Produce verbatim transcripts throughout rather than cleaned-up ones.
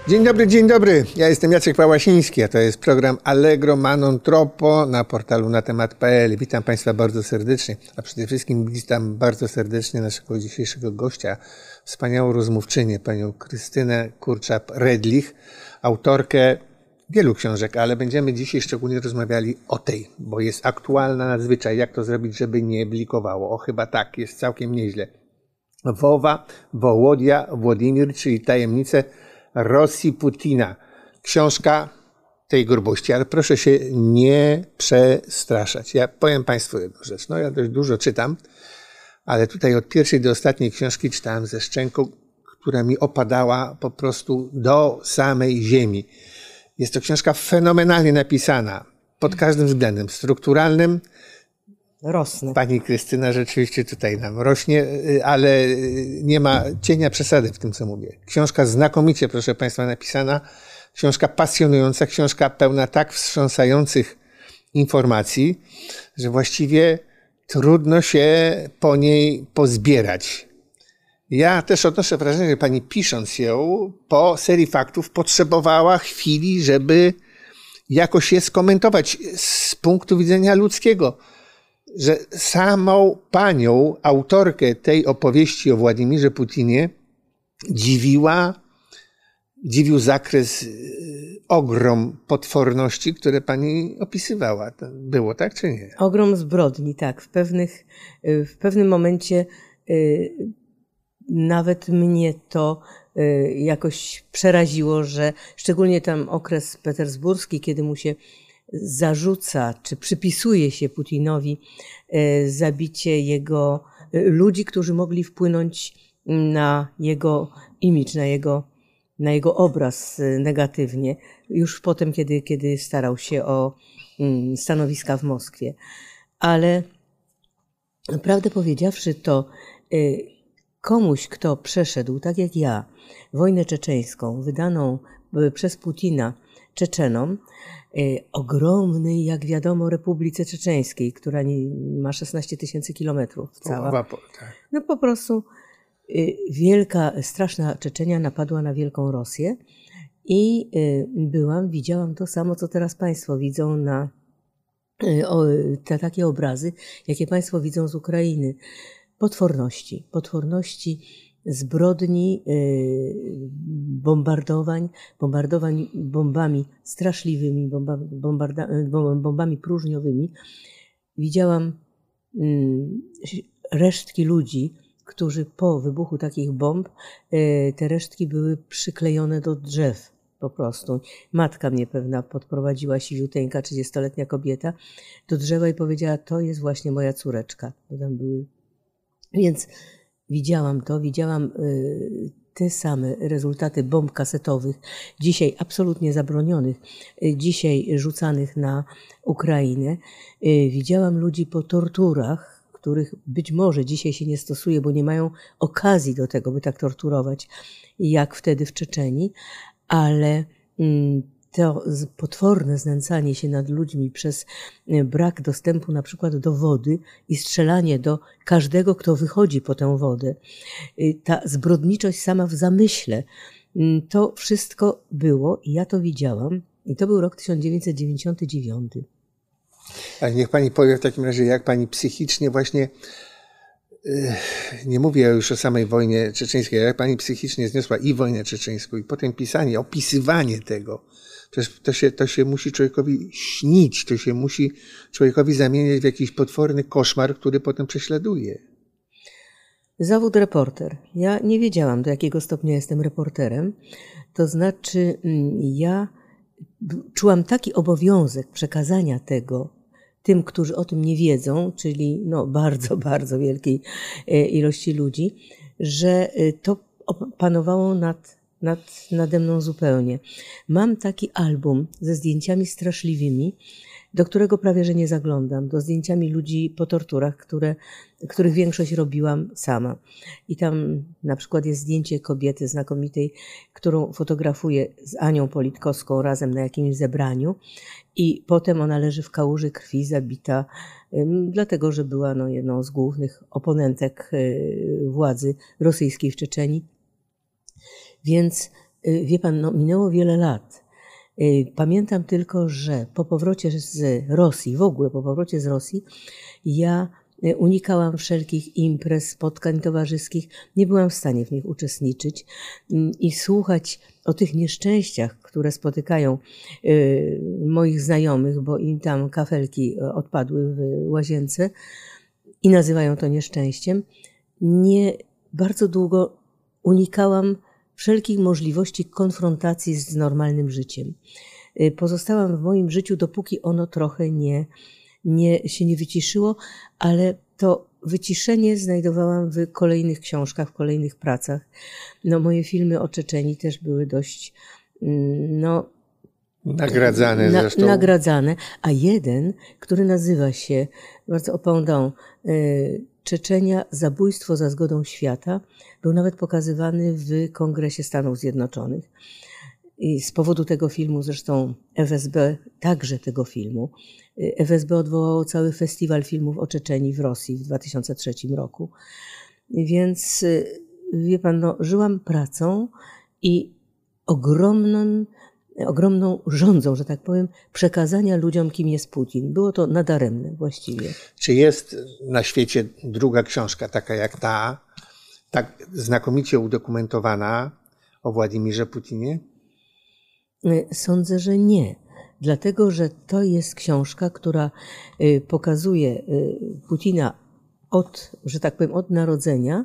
Dzień dobry, dzień dobry. Ja jestem Jacek Pałasiński, a to jest program Allegro Manon Troppo na portalu na temat kropka p l. Witam Państwa bardzo serdecznie, a przede wszystkim witam bardzo serdecznie naszego dzisiejszego gościa, wspaniałą rozmówczynię, panią Krystynę Kurczap-Redlich, autorkę wielu książek, ale będziemy dzisiaj szczególnie rozmawiali o tej, bo jest aktualna nadzwyczaj. Jak to zrobić, żeby nie blikowało? O, chyba tak, jest całkiem nieźle. Wowa, Wołodia, Władimir, czyli Tajemnice Rosji Putina. Książka tej grubości, ale proszę się nie przestraszać. Ja powiem Państwu jedną rzecz. No ja dość dużo czytam, ale tutaj od pierwszej do ostatniej książki czytałem ze szczęką, która mi opadała po prostu do samej ziemi. Jest to książka fenomenalnie napisana pod każdym względem strukturalnym. Rosnę. Pani Krystyna rzeczywiście tutaj nam rośnie, ale nie ma cienia przesady w tym, co mówię. Książka znakomicie, proszę Państwa, napisana. Książka pasjonująca, książka pełna tak wstrząsających informacji, że właściwie trudno się po niej pozbierać. Ja też odnoszę wrażenie, że pani pisząc ją po serii faktów potrzebowała chwili, żeby jakoś je skomentować z punktu widzenia ludzkiego. Że samą panią, autorkę tej opowieści o Władimirze Putinie dziwiła, dziwił zakres, ogrom potworności, które pani opisywała. To było tak czy nie? Ogrom zbrodni, tak. W pewnych, w pewnym momencie nawet mnie to jakoś przeraziło, że szczególnie tam okres petersburski, kiedy mu się zarzuca, czy przypisuje się Putinowi zabicie jego ludzi, którzy mogli wpłynąć na jego imidż, na jego, na jego obraz negatywnie, już potem, kiedy, kiedy starał się o stanowiska w Moskwie. Ale prawdę powiedziawszy, to komuś, kto przeszedł, tak jak ja, wojnę czeczeńską, wydaną przez Putina Czeczenom, ogromnej, jak wiadomo, Republice Czeczeńskiej, która ma szesnaście tysięcy kilometrów cała. No po prostu wielka, straszna Czeczenia napadła na wielką Rosję i byłam, widziałam to samo, co teraz Państwo widzą na te takie obrazy, jakie Państwo widzą z Ukrainy. Potworności, potworności zbrodni, bombardowań, bombardowań bombami straszliwymi, bomba, bombarda, bombami próżniowymi. Widziałam resztki ludzi, którzy po wybuchu takich bomb, te resztki były przyklejone do drzew po prostu. Matka mnie pewna podprowadziła, siwiuteńka, trzydziestoletnia kobieta, do drzewa i powiedziała, to jest właśnie moja córeczka. Bo tam były... Więc widziałam to, widziałam te same rezultaty bomb kasetowych, dzisiaj absolutnie zabronionych, dzisiaj rzucanych na Ukrainę. Widziałam ludzi po torturach, których być może dzisiaj się nie stosuje, bo nie mają okazji do tego, by tak torturować, jak wtedy w Czeczenii, ale to potworne znęcanie się nad ludźmi przez brak dostępu na przykład do wody i strzelanie do każdego, kto wychodzi po tę wodę. Ta zbrodniczość sama w zamyśle, to wszystko było i ja to widziałam i to był rok tysiąc dziewięćset dziewięćdziesiąty dziewiąty. Ale niech pani powie w takim razie, jak pani psychicznie właśnie, nie mówię już o samej wojnie czeczeńskiej, jak pani psychicznie zniosła i wojnę czeczeńską i potem pisanie, opisywanie tego. Przecież to się, to się musi człowiekowi śnić, to się musi człowiekowi zamieniać w jakiś potworny koszmar, który potem prześladuje. Zawód reporter. Ja nie wiedziałam, do jakiego stopnia jestem reporterem. To znaczy, ja czułam taki obowiązek przekazania tego tym, którzy o tym nie wiedzą, czyli no bardzo, bardzo wielkiej ilości ludzi, że to panowało nad Nad, nade mną zupełnie. Mam taki album ze zdjęciami straszliwymi, do którego prawie że nie zaglądam, do zdjęciami ludzi po torturach, które, których większość robiłam sama. I tam na przykład jest zdjęcie kobiety znakomitej, którą fotografuję z Anią Politkowską razem na jakimś zebraniu i potem ona leży w kałuży krwi, zabita, dlatego że była no, jedną z głównych oponentek władzy rosyjskiej w Czeczenii. Więc Wie pan, no, minęło wiele lat. Pamiętam tylko, że po powrocie z Rosji, w ogóle po powrocie z Rosji, ja unikałam wszelkich imprez, spotkań towarzyskich. Nie byłam w stanie w nich uczestniczyć i słuchać o tych nieszczęściach, które spotykają moich znajomych, bo im tam kafelki odpadły w łazience i nazywają to nieszczęściem. Nie bardzo długo unikałam wszelkich możliwości konfrontacji z normalnym życiem. Pozostałam w moim życiu, dopóki ono trochę nie, nie, się nie wyciszyło, ale to wyciszenie znajdowałam w kolejnych książkach, w kolejnych pracach. No, moje filmy o Czeczenii też były dość, no... Nagradzane na, zresztą. Nagradzane, a jeden, który nazywa się, bardzo opędą, Czeczenia, zabójstwo za zgodą świata, był nawet pokazywany w Kongresie Stanów Zjednoczonych. I z powodu tego filmu, zresztą F S B, także tego filmu, F S B odwołało cały festiwal filmów o Czeczenii w Rosji w dwa tysiące trzecim roku. Więc wie pan, no, żyłam pracą i ogromną, ogromną rządzą, że tak powiem, przekazania ludziom, kim jest Putin. Było to nadaremne właściwie. Czy jest na świecie druga książka, taka jak ta, tak znakomicie udokumentowana o Władimirze Putinie? Sądzę, że nie. Dlatego, że to jest książka, która pokazuje Putina od, że tak powiem, od narodzenia,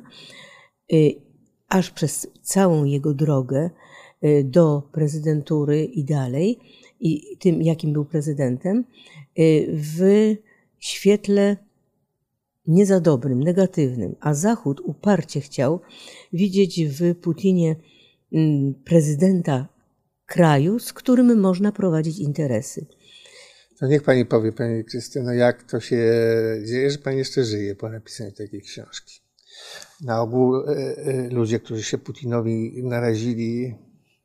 aż przez całą jego drogę do prezydentury i dalej, i tym, jakim był prezydentem, w świetle nie za dobrym, negatywnym. A Zachód uparcie chciał widzieć w Putinie prezydenta kraju, z którym można prowadzić interesy. To niech pani powie, pani Krystyno, jak to się dzieje, że pani jeszcze żyje po napisaniu takiej książki. Na ogół y, y, ludzie, którzy się Putinowi narazili,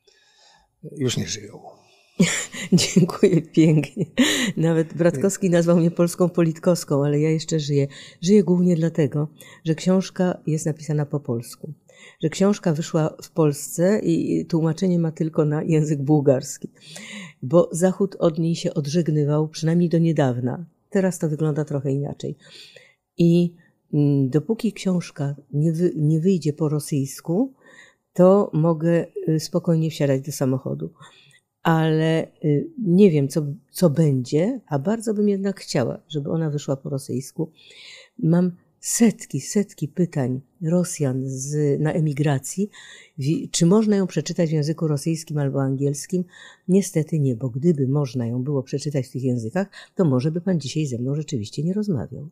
już nie żyją. Dziękuję pięknie. Nawet Bratkowski nazwał mnie polską politkowską, ale ja jeszcze żyję. Żyję głównie dlatego, że książka jest napisana po polsku. Że książka wyszła w Polsce i tłumaczenie ma tylko na język bułgarski. Bo Zachód od niej się odżegnywał, przynajmniej do niedawna. Teraz to wygląda trochę inaczej. I dopóki książka nie, wy, nie wyjdzie po rosyjsku, to mogę spokojnie wsiadać do samochodu. Ale nie wiem, co, co będzie, a bardzo bym jednak chciała, żeby ona wyszła po rosyjsku. Mam setki, setki pytań Rosjan z, na emigracji, czy można ją przeczytać w języku rosyjskim albo angielskim. Niestety nie, bo gdyby można ją było przeczytać w tych językach, to może by pan dzisiaj ze mną rzeczywiście nie rozmawiał.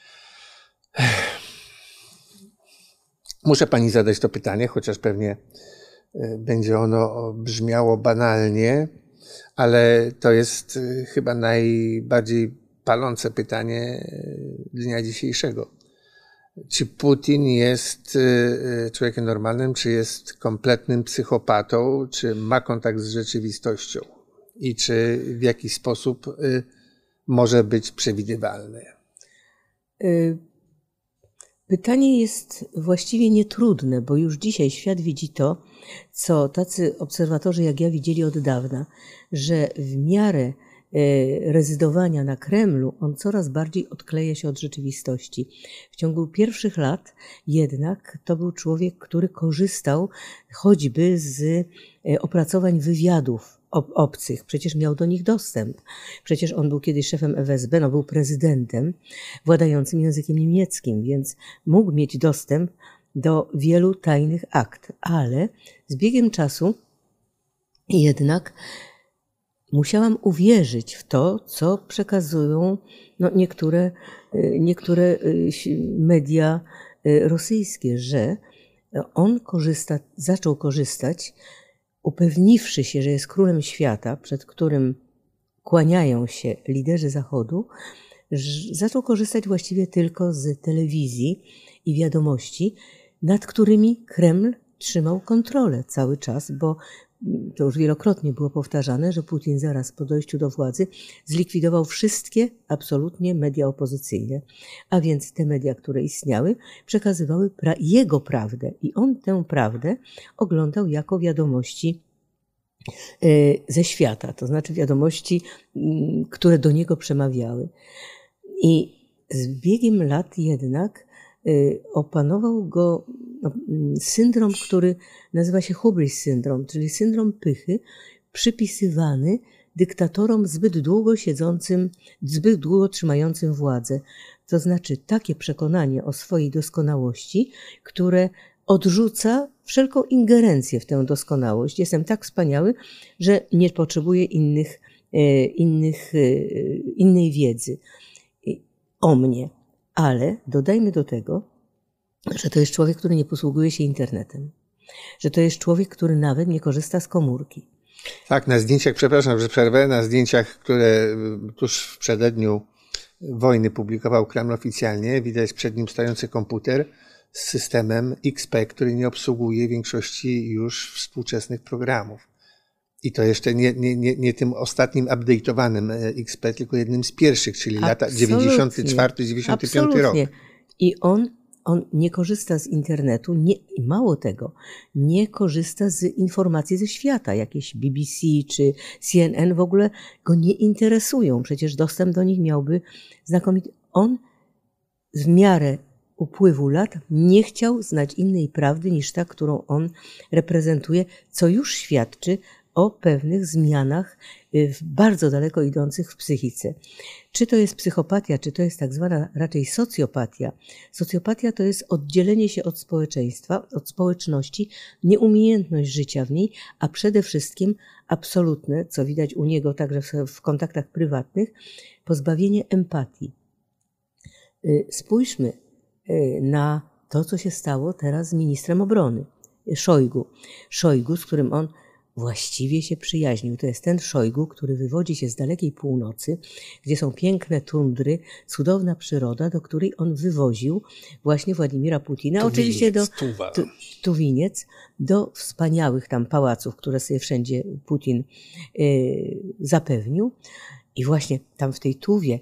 Muszę pani zadać to pytanie, chociaż pewnie będzie ono brzmiało banalnie, ale to jest chyba najbardziej palące pytanie dnia dzisiejszego. Czy Putin jest człowiekiem normalnym, czy jest kompletnym psychopatą, czy ma kontakt z rzeczywistością i czy w jakiś sposób może być przewidywalny? Pytanie jest właściwie nietrudne, bo już dzisiaj świat widzi to, co tacy obserwatorzy jak ja widzieli od dawna, że w miarę rezydowania na Kremlu on coraz bardziej odkleja się od rzeczywistości. W ciągu pierwszych lat jednak to był człowiek, który korzystał choćby z opracowań wywiadów obcych. Przecież miał do nich dostęp. Przecież on był kiedyś szefem F S B, no był prezydentem władającym językiem niemieckim, więc mógł mieć dostęp do wielu tajnych akt. Ale z biegiem czasu jednak musiałam uwierzyć w to, co przekazują no, niektóre, niektóre media rosyjskie, że on korzysta, zaczął korzystać, upewniwszy się, że jest królem świata, przed którym kłaniają się liderzy Zachodu, zaczął korzystać właściwie tylko z telewizji i wiadomości, nad którymi Kreml trzymał kontrolę cały czas, bo to już wielokrotnie było powtarzane, że Putin zaraz po dojściu do władzy zlikwidował wszystkie absolutnie media opozycyjne, a więc te media, które istniały, przekazywały pra- jego prawdę i on tę prawdę oglądał jako wiadomości ze świata, to znaczy wiadomości, które do niego przemawiały. I z biegiem lat jednak opanował go syndrom, który nazywa się hubris syndrom, czyli syndrom pychy, przypisywany dyktatorom zbyt długo siedzącym, zbyt długo trzymającym władzę. To znaczy takie przekonanie o swojej doskonałości, które odrzuca wszelką ingerencję w tę doskonałość. Jestem tak wspaniały, że nie potrzebuję innych, innych, innej wiedzy o mnie. Ale dodajmy do tego, że to jest człowiek, który nie posługuje się internetem. Że to jest człowiek, który nawet nie korzysta z komórki. Tak, na zdjęciach, przepraszam, że przerwę, na zdjęciach, które tuż w przededniu wojny publikował Kreml oficjalnie, widać przed nim stojący komputer z systemem X P, który nie obsługuje większości już współczesnych programów. I to jeszcze nie, nie, nie, nie tym ostatnim update'owanym X P, tylko jednym z pierwszych, czyli lata dziewięćdziesiąty czwarty dziewięćdziesiąty piąty rok. I on, on nie korzysta z internetu, nie, i mało tego, nie korzysta z informacji ze świata. Jakieś B B C czy C N N w ogóle go nie interesują. Przecież dostęp do nich miałby znakomity. On w miarę upływu lat nie chciał znać innej prawdy niż ta, którą on reprezentuje, co już świadczy o pewnych zmianach bardzo daleko idących w psychice. Czy to jest psychopatia, czy to jest tak zwana raczej socjopatia. Socjopatia to jest oddzielenie się od społeczeństwa, od społeczności, nieumiejętność życia w niej, a przede wszystkim absolutne, co widać u niego także w kontaktach prywatnych, pozbawienie empatii. Spójrzmy na to, co się stało teraz z ministrem obrony, Szojgu. Szojgu, z którym on właściwie się przyjaźnił. To jest ten Szojgu, który wywodzi się z dalekiej północy, gdzie są piękne tundry, cudowna przyroda, do której on wywoził właśnie Władimira Putina. Tuwiniec, Oczywiście do tu, Tuwiniec, do wspaniałych tam pałaców, które sobie wszędzie Putin y, zapewnił. I właśnie tam w tej Tuwie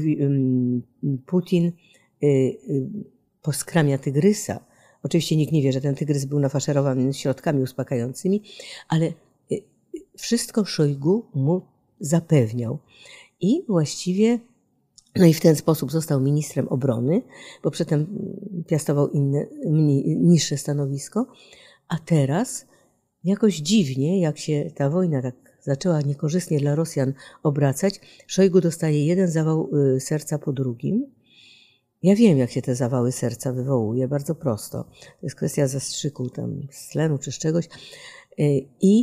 Putin y, y, poskramia tygrysa. Oczywiście nikt nie wie, że ten tygrys był nafaszerowany środkami uspokajającymi, ale wszystko Szojgu mu zapewniał. I właściwie, no i w ten sposób został ministrem obrony, bo przedtem piastował inne, niższe stanowisko, a teraz jakoś dziwnie, jak się ta wojna tak zaczęła niekorzystnie dla Rosjan obracać, Szojgu dostaje jeden zawał serca po drugim. Ja wiem, jak się te zawały serca wywołuje, bardzo prosto. To jest kwestia zastrzyku tam z tlenu czy z czegoś. I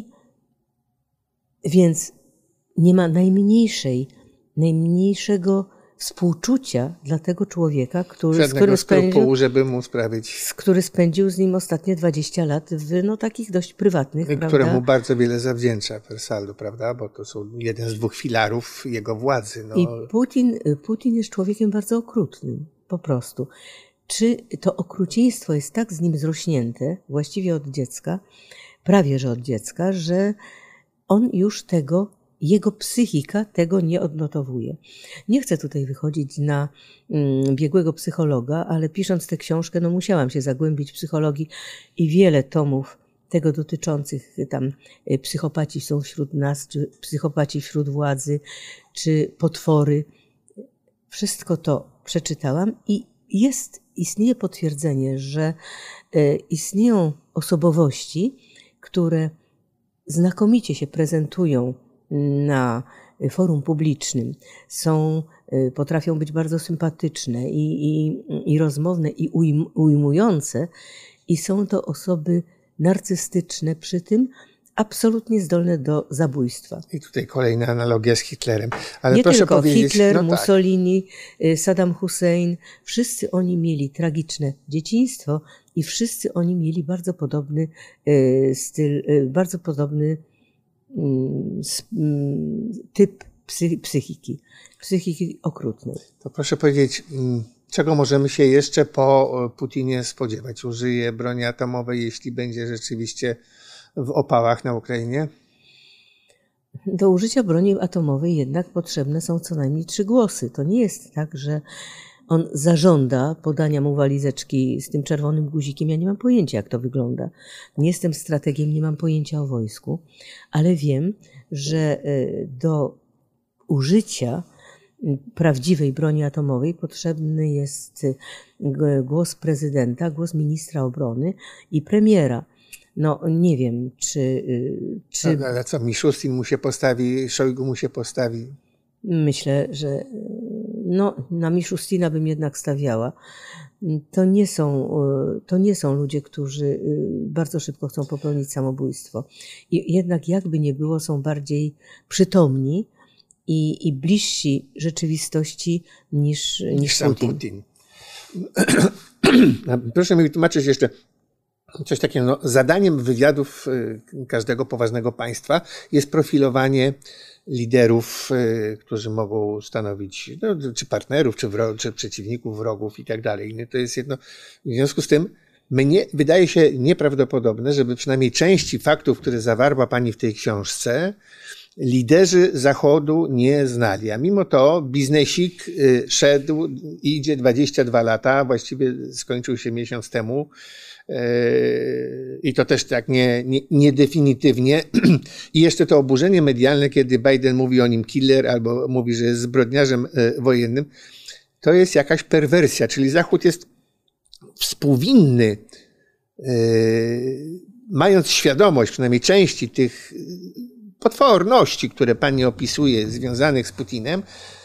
więc nie ma najmniejszej, najmniejszego współczucia dla tego człowieka, który, z którym spędził, żeby mu sprawić. z który spędził z nim ostatnie dwadzieścia lat w no, takich dość prywatnych, któremu prawda? bardzo wiele zawdzięcza Persaldu, prawda? Bo to są jeden z dwóch filarów jego władzy. No. I Putin, Putin jest człowiekiem bardzo okrutnym. Po prostu. Czy to okrucieństwo jest tak z nim zrośnięte, właściwie od dziecka, prawie że od dziecka, że on już tego, jego psychika tego nie odnotowuje. Nie chcę tutaj wychodzić na mm, biegłego psychologa, ale pisząc tę książkę, no musiałam się zagłębić w psychologii i wiele tomów tego dotyczących tam psychopaci są wśród nas, czy psychopaci wśród władzy, czy potwory. Wszystko to przeczytałam i jest, istnieje potwierdzenie, że istnieją osobowości, które znakomicie się prezentują na forum publicznym, są, potrafią być bardzo sympatyczne i, i, i rozmowne i ujm, ujmujące i są to osoby narcystyczne przy tym, absolutnie zdolne do zabójstwa. I tutaj kolejna analogia z Hitlerem. Ale nie proszę tylko powiedzieć, Hitler, no tak. Mussolini, Saddam Hussein, wszyscy oni mieli tragiczne dzieciństwo i wszyscy oni mieli bardzo podobny styl, bardzo podobny typ psychiki, psychiki okrutnej. To proszę powiedzieć, czego możemy się jeszcze po Putinie spodziewać? Użyje broni atomowej, jeśli będzie rzeczywiście w opałach na Ukrainie? Do użycia broni atomowej jednak potrzebne są co najmniej trzy głosy. To nie jest tak, że On zażąda podania mu walizeczki z tym czerwonym guzikiem. Ja nie mam pojęcia, jak to wygląda. Nie jestem strategiem, nie mam pojęcia o wojsku, ale wiem, że do użycia prawdziwej broni atomowej potrzebny jest głos prezydenta, głos ministra obrony i premiera. No nie wiem, czy... czy... No, ale co, Miszustin mu się postawi, Szojgu mu się postawi? Myślę, że no, na Miszustina bym jednak stawiała. To nie są, to nie są ludzie, którzy bardzo szybko chcą popełnić samobójstwo. I jednak jakby nie było, są bardziej przytomni i, i bliżsi rzeczywistości niż, niż, niż sam Putin. Putin. Proszę mi wytłumaczyć jeszcze coś takiego. No, zadaniem wywiadów każdego poważnego państwa jest profilowanie liderów, którzy mogą stanowić, no, czy partnerów, czy, wro, czy przeciwników, wrogów i tak dalej. To jest jedno. W związku z tym mnie wydaje się nieprawdopodobne, żeby przynajmniej części faktów, które zawarła pani w tej książce, liderzy Zachodu nie znali. A mimo to biznesik szedł i idzie dwadzieścia dwa lata, właściwie skończył się miesiąc temu. I to też tak nie, nie, nie definitywnie. I jeszcze to oburzenie medialne, kiedy Biden mówi o nim killer albo mówi, że jest zbrodniarzem wojennym, to jest jakaś perwersja, czyli Zachód jest współwinny, mając świadomość przynajmniej części tych potworności, które pani opisuje, związanych z Putinem,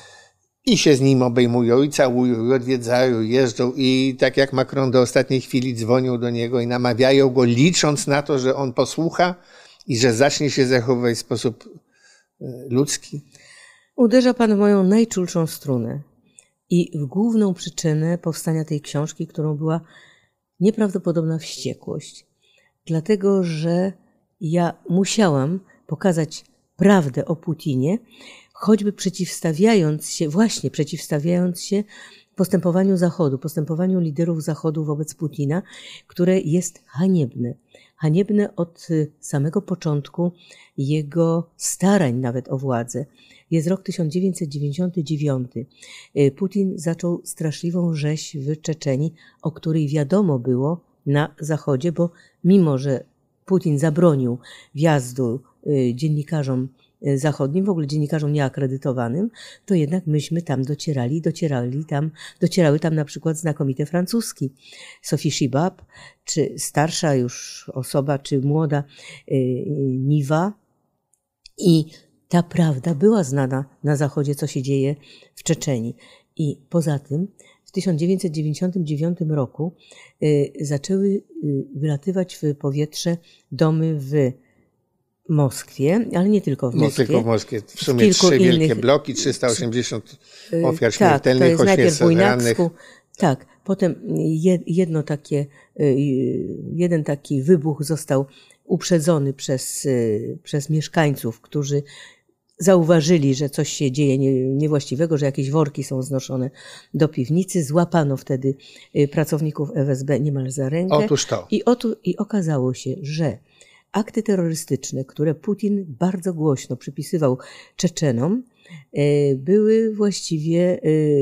i się z nim obejmują, i całują, i odwiedzają, i jeżdżą, i tak jak Macron do ostatniej chwili dzwonią do niego i namawiają go, licząc na to, że on posłucha i że zacznie się zachowywać w sposób ludzki. Uderza pan w moją najczulszą strunę i w główną przyczynę powstania tej książki, którą była nieprawdopodobna wściekłość. Dlatego, że ja musiałam pokazać prawdę o Putinie, choćby przeciwstawiając się, właśnie przeciwstawiając się postępowaniu Zachodu, postępowaniu liderów Zachodu wobec Putina, które jest haniebne. Haniebne od samego początku jego starań nawet o władzę. Jest rok tysiąc dziewięćset dziewięćdziesiąty dziewiąty. Putin zaczął straszliwą rzeź w Czeczenii, o której wiadomo było na Zachodzie, bo mimo, że Putin zabronił wjazdu dziennikarzom zachodnim, w ogóle dziennikarzom nieakredytowanym, to jednak myśmy tam docierali, docierali tam, docierały tam na przykład znakomite francuski. Sophie Chibab, czy starsza już osoba, czy młoda Niwa. I ta prawda była znana na Zachodzie, co się dzieje w Czeczenii. I poza tym w tysiąc dziewięćset dziewięćdziesiątym dziewiątym roku zaczęły wylatywać w powietrze domy w Moskwie, ale nie tylko w Moskwie. Nie tylko w Moskwie. W sumie w trzy wielkie innych bloki, trzysta osiemdziesiąt ofiar śmiertelnych, tak, oświeceń rannych. Tak, potem jedno takie, jeden taki wybuch został uprzedzony przez, przez mieszkańców, którzy zauważyli, że coś się dzieje niewłaściwego, że jakieś worki są znoszone do piwnicy. Złapano wtedy pracowników F S B niemal za rękę. Otóż to. I, otu, i okazało się, że akty terrorystyczne, które Putin bardzo głośno przypisywał Czeczenom, były właściwie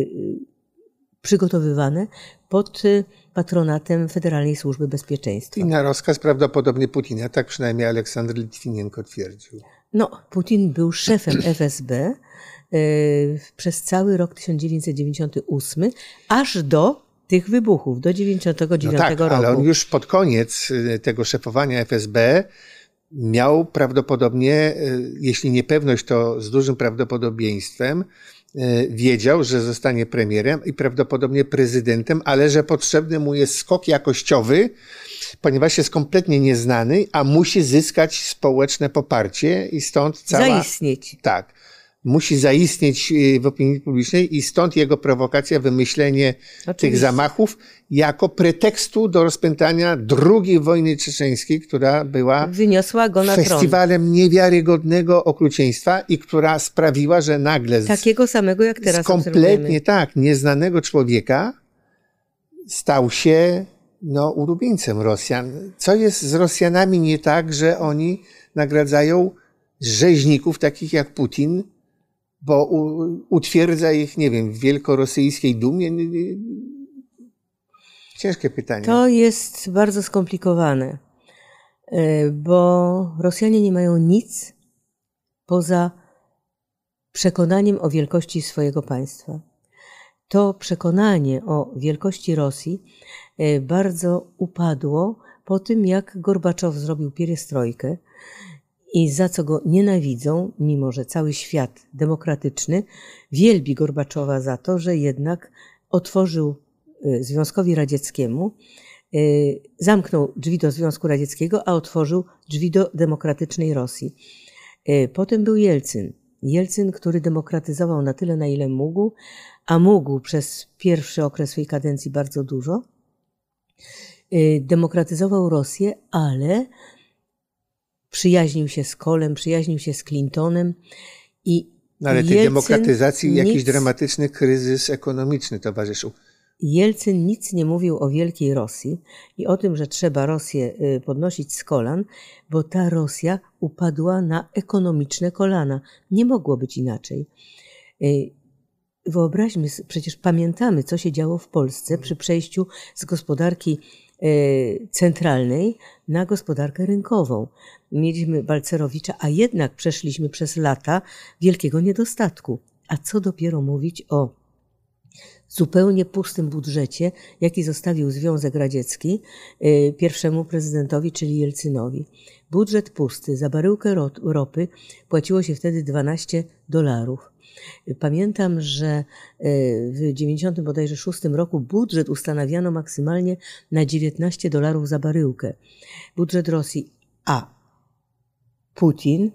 przygotowywane pod patronatem Federalnej Służby Bezpieczeństwa. I na rozkaz prawdopodobnie Putina, tak przynajmniej Aleksander Litwinienko twierdził. No, Putin był szefem F S B przez cały rok tysiąc dziewięćset dziewięćdziesiąty ósmy, aż do tych wybuchów, do dziewięćdziesiątego dziewiątego no tak, roku. Ale on już pod koniec tego szefowania F S B miał prawdopodobnie, jeśli niepewność, to z dużym prawdopodobieństwem, wiedział, że zostanie premierem i prawdopodobnie prezydentem, ale że potrzebny mu jest skok jakościowy, ponieważ jest kompletnie nieznany, a musi zyskać społeczne poparcie i stąd cała... Zaistnieć. Tak. Musi zaistnieć w opinii publicznej i stąd jego prowokacja, wymyślenie Oczywiście. tych zamachów jako pretekstu do rozpętania drugiej wojny czeczeńskiej, która była Wyniosła go na festiwalem tron. niewiarygodnego okrucieństwa i która sprawiła, że nagle z, takiego samego jak teraz z kompletnie obserwujemy. tak nieznanego człowieka stał się no, ulubieńcem Rosjan. Co jest z Rosjanami nie tak, że oni nagradzają rzeźników takich jak Putin bo u, utwierdza ich, nie wiem, w wielkorosyjskiej dumie? Ciężkie pytanie. To jest bardzo skomplikowane, bo Rosjanie nie mają nic poza przekonaniem o wielkości swojego państwa. To przekonanie o wielkości Rosji bardzo upadło po tym, jak Gorbaczow zrobił pierestrojkę i za co go nienawidzą, mimo że cały świat demokratyczny wielbi Gorbaczowa za to, że jednak otworzył Związkowi Radzieckiemu, zamknął drzwi do Związku Radzieckiego, a otworzył drzwi do demokratycznej Rosji. Potem był Jelcyn. Jelcyn, który demokratyzował na tyle, na ile mógł, a mógł przez pierwszy okres swojej kadencji bardzo dużo. Demokratyzował Rosję, ale przyjaźnił się z Kohlem, przyjaźnił się z Clintonem i no ale tej Jelcyn demokratyzacji nic, jakiś dramatyczny kryzys ekonomiczny towarzyszył. Jelcyn nic nie mówił o wielkiej Rosji i o tym, że trzeba Rosję podnosić z kolan, bo ta Rosja upadła na ekonomiczne kolana. Nie mogło być inaczej. Wyobraźmy, przecież pamiętamy, co się działo w Polsce przy przejściu z gospodarki centralnej na gospodarkę rynkową. Mieliśmy Balcerowicza, a jednak przeszliśmy przez lata wielkiego niedostatku. A co dopiero mówić o zupełnie pustym budżecie, jaki zostawił Związek Radziecki pierwszemu prezydentowi, czyli Jelcynowi. Budżet pusty, za baryłkę ropy płaciło się wtedy dwanaście dolarów. Pamiętam, że w dziewięćdziesiątym bodajże szóstym roku budżet ustanawiano maksymalnie na dziewiętnaście dolarów za baryłkę. Budżet Rosji, a Putin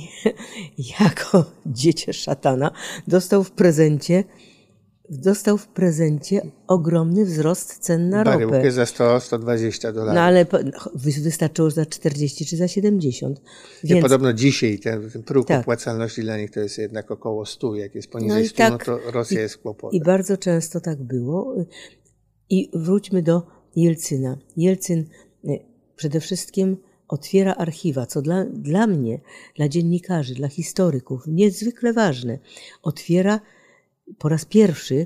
jako dziecię szatana dostał w prezencie dostał w prezencie ogromny wzrost cen na ropę. Baryłkę za sto, sto dwadzieścia dolarów. No ale wystarczyło za czterdzieści czy za siedemdziesiąt. Więc... Nie, podobno dzisiaj ten, ten próg tak. opłacalności dla nich to jest jednak około stu. Jak jest poniżej no stu, tak, no to Rosja i, jest kłopotem. I bardzo często tak było. I wróćmy do Jelcyna. Jelcyn przede wszystkim otwiera archiwa, co dla, dla mnie, dla dziennikarzy, dla historyków niezwykle ważne. Otwiera po raz pierwszy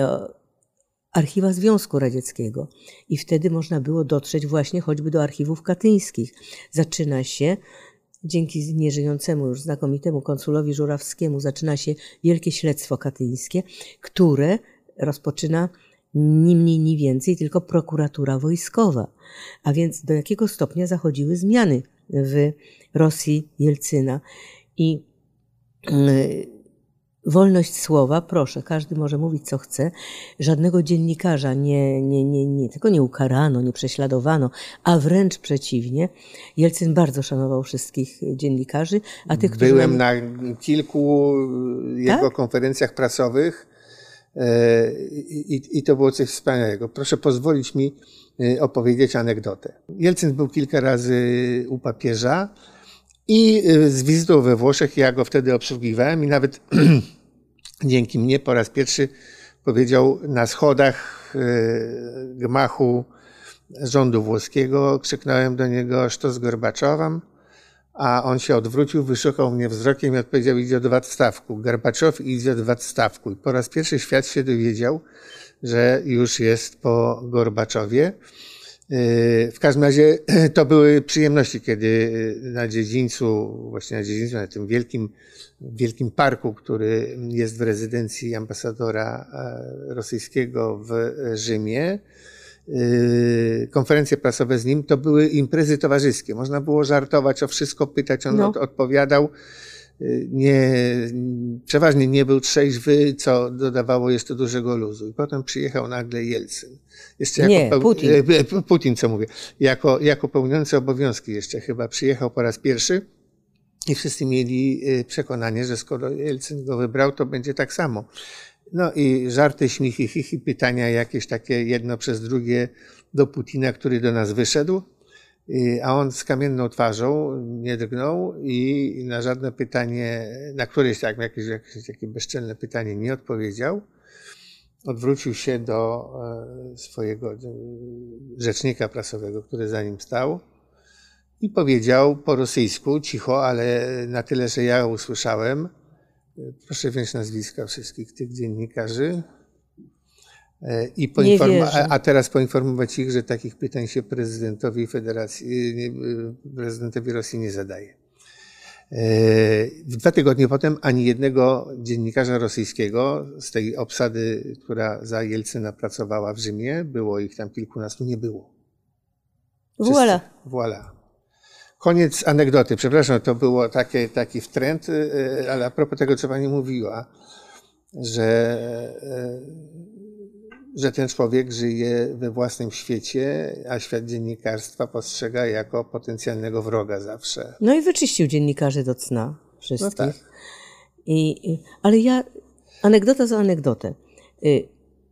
archiwa Związku Radzieckiego i wtedy można było dotrzeć właśnie choćby do archiwów katyńskich. Zaczyna się, dzięki nieżyjącemu już znakomitemu konsulowi Żurawskiemu, zaczyna się wielkie śledztwo katyńskie, które rozpoczyna ni mniej, ni więcej tylko prokuratura wojskowa. A więc do jakiego stopnia zachodziły zmiany w Rosji Jelcyna. I yy, wolność słowa, proszę, każdy może mówić co chce. Żadnego dziennikarza nie, nie, nie, nie, tylko nie ukarano, nie prześladowano, a wręcz przeciwnie. Jelcyn bardzo szanował wszystkich dziennikarzy. A tych, którzy Byłem nam... na kilku jego tak? konferencjach prasowych i, i, i to było coś wspaniałego. Proszę pozwolić mi opowiedzieć anegdotę. Jelcyn był kilka razy u papieża i z wizytą we Włoszech ja go wtedy obsługiwałem i nawet dzięki mnie po raz pierwszy powiedział na schodach gmachu rządu włoskiego, krzyknąłem do niego "Što z Gorbaczowem?", a on się odwrócił, wyszukał mnie wzrokiem i odpowiedział "Idiot w odstawku". Gorbaczow idiot w odstawku. I po raz pierwszy świat się dowiedział, że już jest po Gorbaczowie. W każdym razie to były przyjemności, kiedy na dziedzińcu, właśnie na dziedzińcu, na tym wielkim, wielkim parku, który jest w rezydencji ambasadora rosyjskiego w Rzymie, konferencje prasowe z nim, to były imprezy towarzyskie. Można było żartować o wszystko, pytać, on no. odpowiadał. Nie, przeważnie nie był trzeźwy, co dodawało jeszcze dużego luzu. I potem przyjechał nagle Jelcyn. Jeszcze nie, jako Putin. Putin, co mówię. Jako, jako pełniący obowiązki jeszcze chyba przyjechał po raz pierwszy i wszyscy mieli przekonanie, że skoro Jelcyn go wybrał, to będzie tak samo. No i żarty, śmichy, chichy, pytania jakieś takie jedno przez drugie do Putina, który do nas wyszedł. A on z kamienną twarzą nie drgnął i na żadne pytanie, na któreś tak, jakieś, jakieś takie bezczelne pytanie nie odpowiedział. Odwrócił się do swojego rzecznika prasowego, który za nim stał i powiedział po rosyjsku, cicho, ale na tyle, że ja usłyszałem: Proszę wziąć nazwiska wszystkich tych dziennikarzy i poinforma- a, a teraz poinformować ich, że takich pytań się prezydentowi Federacji, nie, prezydentowi Rosji nie zadaje. Dwa tygodnie potem ani jednego dziennikarza rosyjskiego z tej obsady, która za Jelcyna pracowała w Rzymie, było ich tam kilkunastu, nie było. Wszyscy, Voilà. Voilà. Koniec anegdoty. Przepraszam, to było takie, taki wtręt, ale a propos tego, co pani mówiła, że, że ten człowiek żyje we własnym świecie, a świat dziennikarstwa postrzega jako potencjalnego wroga zawsze. No i wyczyścił dziennikarzy do cna wszystkich. No tak. I, i, ale ja, anegdota za anegdotę. Y,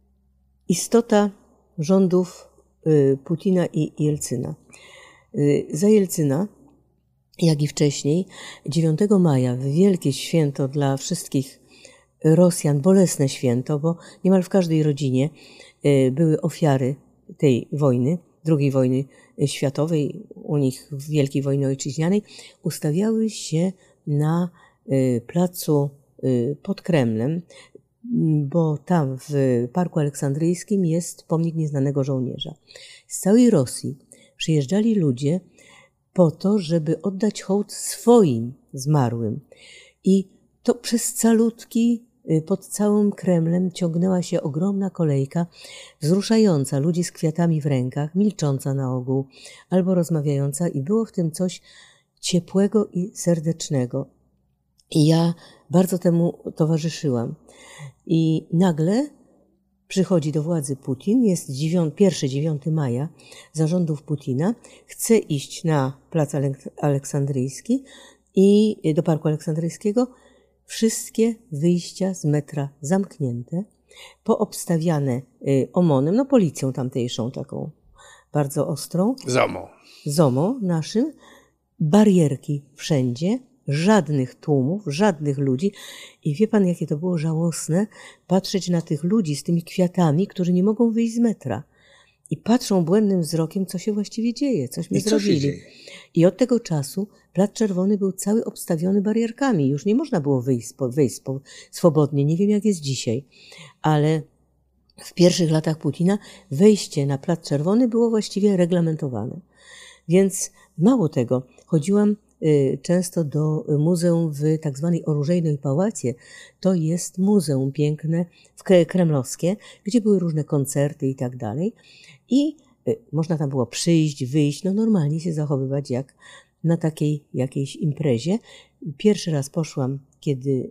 istota rządów y, Putina i Jelcyna. Y, za Jelcyna, jak i wcześniej, dziewiątego maja, wielkie święto dla wszystkich Rosjan, bolesne święto, bo niemal w każdej rodzinie y, były ofiary tej wojny, drugiej wojny światowej, u nich Wielkiej Wojny Ojczyźnianej, ustawiały się na y, placu y, pod Kremlem, bo tam w Parku Aleksandryjskim jest pomnik Nieznanego Żołnierza. Z całej Rosji przyjeżdżali ludzie po to, żeby oddać hołd swoim zmarłym. I to przez calutki pod całym Kremlem ciągnęła się ogromna kolejka wzruszająca, ludzi z kwiatami w rękach, milcząca na ogół albo rozmawiająca, i było w tym coś ciepłego i serdecznego. I ja bardzo temu towarzyszyłam. I nagle przychodzi do władzy Putin, jest pierwszego dziewiątego maja zarządów Putina, chce iść na plac Aleksandryjski i do Parku Aleksandryjskiego. Wszystkie wyjścia z metra zamknięte, poobstawiane omonem, no policją tamtejszą taką bardzo ostrą. ZOMO. ZOMO naszym, barierki wszędzie, żadnych tłumów, żadnych ludzi. I wie pan, jakie to było żałosne, patrzeć na tych ludzi z tymi kwiatami, którzy nie mogą wyjść z metra. I patrzą błędnym wzrokiem, co się właściwie dzieje, cośmy I co zrobili. się dzieje? I od tego czasu Plac Czerwony był cały obstawiony barierkami. Już nie można było wyjść, wyjść swobodnie. Nie wiem, jak jest dzisiaj. Ale w pierwszych latach Putina wejście na Plac Czerwony było właściwie reglamentowane. Więc mało tego, chodziłam często do muzeum w tak zwanej Oróżejnej Pałacie. To jest muzeum piękne, kremlowskie, gdzie były różne koncerty i tak dalej. I można tam było przyjść, wyjść, no normalnie się zachowywać jak na takiej jakiejś imprezie. Pierwszy raz poszłam, kiedy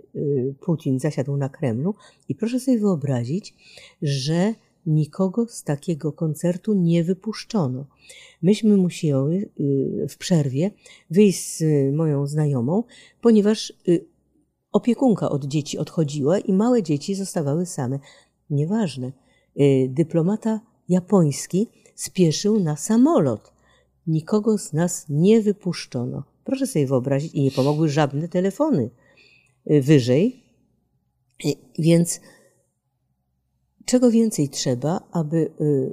Putin zasiadł na Kremlu, i proszę sobie wyobrazić, że nikogo z takiego koncertu nie wypuszczono. Myśmy musiały w przerwie wyjść z moją znajomą, ponieważ opiekunka od dzieci odchodziła i małe dzieci zostawały same. Nieważne. Dyplomata japoński spieszył na samolot. Nikogo z nas nie wypuszczono. Proszę sobie wyobrazić, i nie pomogły żadne telefony wyżej. Więc czego więcej trzeba, aby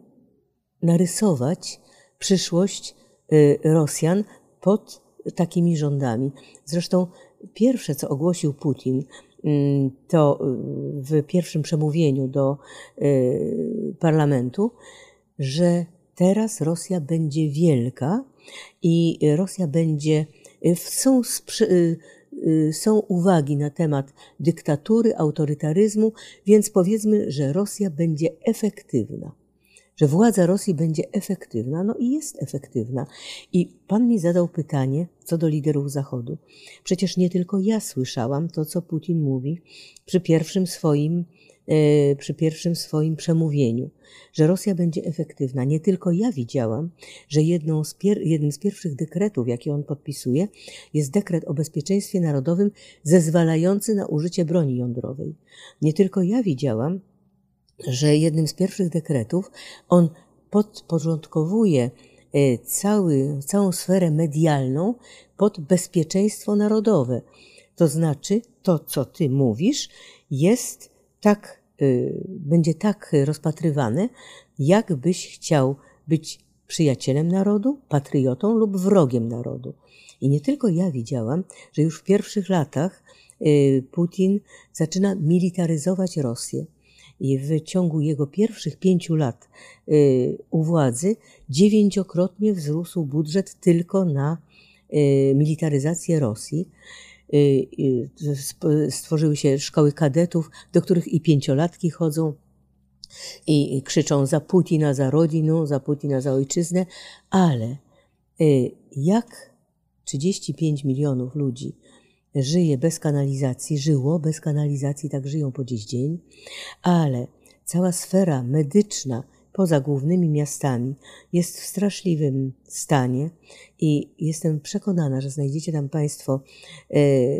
narysować przyszłość Rosjan pod takimi rządami. Zresztą pierwsze, co ogłosił Putin, to w pierwszym przemówieniu do parlamentu, że teraz Rosja będzie wielka i Rosja będzie... Są, są uwagi na temat dyktatury, autorytaryzmu, więc powiedzmy, że Rosja będzie efektywna. Że władza Rosji będzie efektywna, no i jest efektywna. I pan mi zadał pytanie co do liderów Zachodu. Przecież nie tylko ja słyszałam to, co Putin mówi przy pierwszym swoim, e, przy pierwszym swoim przemówieniu, że Rosja będzie efektywna. Nie tylko ja widziałam, że jedną z pier- jednym z pierwszych dekretów, jakie on podpisuje, jest dekret o bezpieczeństwie narodowym zezwalający na użycie broni jądrowej. Nie tylko ja widziałam, że jednym z pierwszych dekretów on podporządkowuje cały, całą sferę medialną pod bezpieczeństwo narodowe. To znaczy, to co ty mówisz jest tak, będzie tak rozpatrywane, jakbyś chciał być przyjacielem narodu, patriotą lub wrogiem narodu. I nie tylko ja widziałam, że już w pierwszych latach Putin zaczyna militaryzować Rosję. I w ciągu jego pierwszych pięciu lat u władzy dziewięciokrotnie wzrósł budżet tylko na militaryzację Rosji. Stworzyły się szkoły kadetów, do których i pięciolatki chodzą i krzyczą za Putina, za rodzinę, za Putina, za ojczyznę, ale jak trzydzieści pięć milionów ludzi żyje bez kanalizacji, żyło bez kanalizacji, tak żyją po dziś dzień, ale cała sfera medyczna poza głównymi miastami jest w straszliwym stanie i jestem przekonana, że znajdziecie tam Państwo e,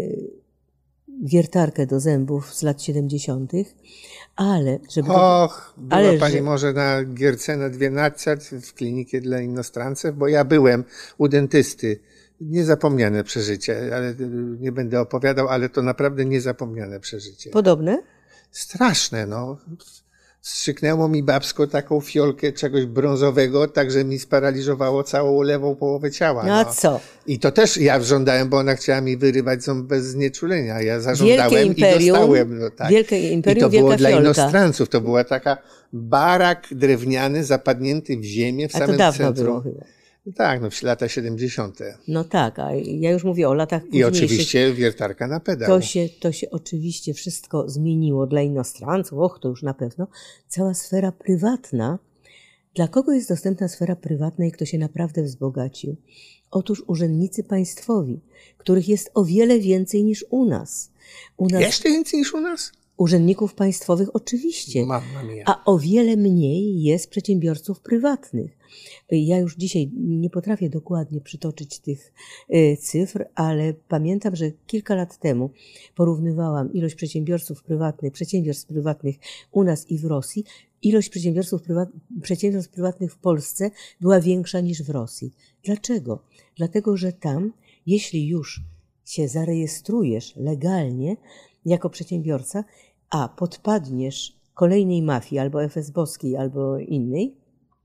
wiertarkę do zębów z lat siedemdziesiątych, ale żeby... Och, była ale, Pani że... może na Gierce na dwanaście w klinice dla inostrancew, bo ja byłem u dentysty. Niezapomniane przeżycie, ale nie będę opowiadał, ale to naprawdę niezapomniane przeżycie. Podobne? Straszne, no. Wstrzyknęło mi babsko taką fiolkę czegoś brązowego, tak że mi sparaliżowało całą lewą połowę ciała. No a co? I to też ja żądałem, bo ona chciała mi wyrywać ząb bez znieczulenia. Ja zażądałem wielkie imperium, i dostałem. No, tak. Wielkie imperium, I to było dla fiolka. inostranców. To była taka barak drewniany, zapadnięty w ziemię w a samym to dawno centrum. było chyba. Tak, no w lata siedemdziesiąte. No tak, a ja już mówię o latach I późniejszych. oczywiście wiertarka na pedał. To się, to się oczywiście wszystko zmieniło dla inostranców, och, to już na pewno. Cała sfera prywatna. Dla kogo jest dostępna sfera prywatna i kto się naprawdę wzbogacił? Otóż urzędnicy państwowi, których jest o wiele więcej niż u nas. U nas Jeszcze więcej niż u nas? Urzędników państwowych oczywiście, Mamma mia. a o wiele mniej jest przedsiębiorców prywatnych. Ja już dzisiaj nie potrafię dokładnie przytoczyć tych cyfr, ale pamiętam, że kilka lat temu porównywałam ilość przedsiębiorców prywatnych, przedsiębiorstw prywatnych u nas i w Rosji. Ilość przedsiębiorców, prywat, przedsiębiorstw prywatnych w Polsce była większa niż w Rosji. Dlaczego? Dlatego, że tam, jeśli już się zarejestrujesz legalnie jako przedsiębiorca, a podpadniesz kolejnej mafii, albo F S B-owskiej, albo innej,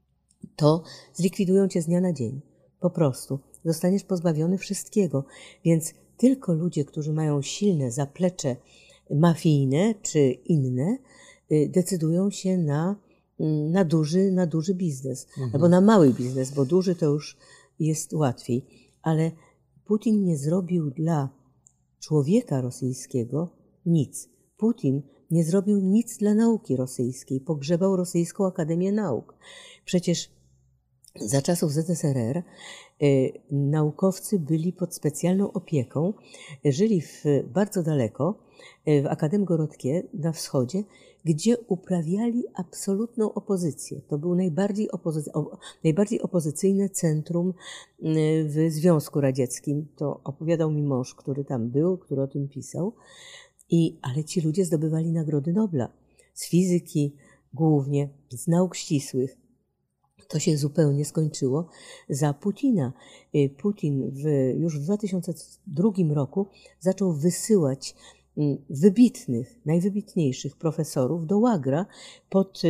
to zlikwidują cię z dnia na dzień. Po prostu. Zostaniesz pozbawiony wszystkiego. Więc tylko ludzie, którzy mają silne zaplecze mafijne czy inne, decydują się na, na, duży, na duży biznes. Mhm. Albo na mały biznes, bo duży to już jest łatwiej. Ale Putin nie zrobił dla człowieka rosyjskiego nic. Putin nie zrobił nic dla nauki rosyjskiej. Pogrzebał Rosyjską Akademię Nauk. Przecież za czasów Z S R R y, naukowcy byli pod specjalną opieką, żyli w, bardzo daleko, y, w Akademgorodkie na wschodzie, gdzie uprawiali absolutną opozycję. To był najbardziej, opozy- o, najbardziej opozycyjne centrum y, w Związku Radzieckim. To opowiadał mi mąż, który tam był, który o tym pisał. I, ale ci ludzie zdobywali Nagrody Nobla z fizyki głównie, z nauk ścisłych. To się zupełnie skończyło za Putina. Putin w, już w dwa tysiące drugim roku zaczął wysyłać wybitnych, najwybitniejszych profesorów do łagra pod,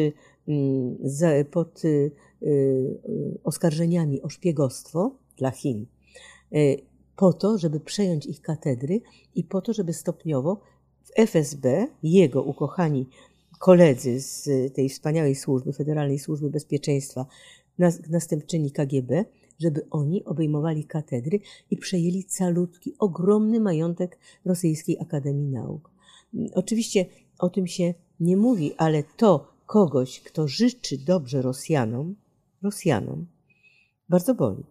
pod oskarżeniami o szpiegostwo dla Chin, po to, żeby przejąć ich katedry i po to, żeby stopniowo w F S B jego ukochani koledzy z tej wspaniałej służby, Federalnej Służby Bezpieczeństwa, następczyni K G B, żeby oni obejmowali katedry i przejęli calutki, ogromny majątek Rosyjskiej Akademii Nauk. Oczywiście o tym się nie mówi, ale to kogoś, kto życzy dobrze Rosjanom, Rosjanom, bardzo boli.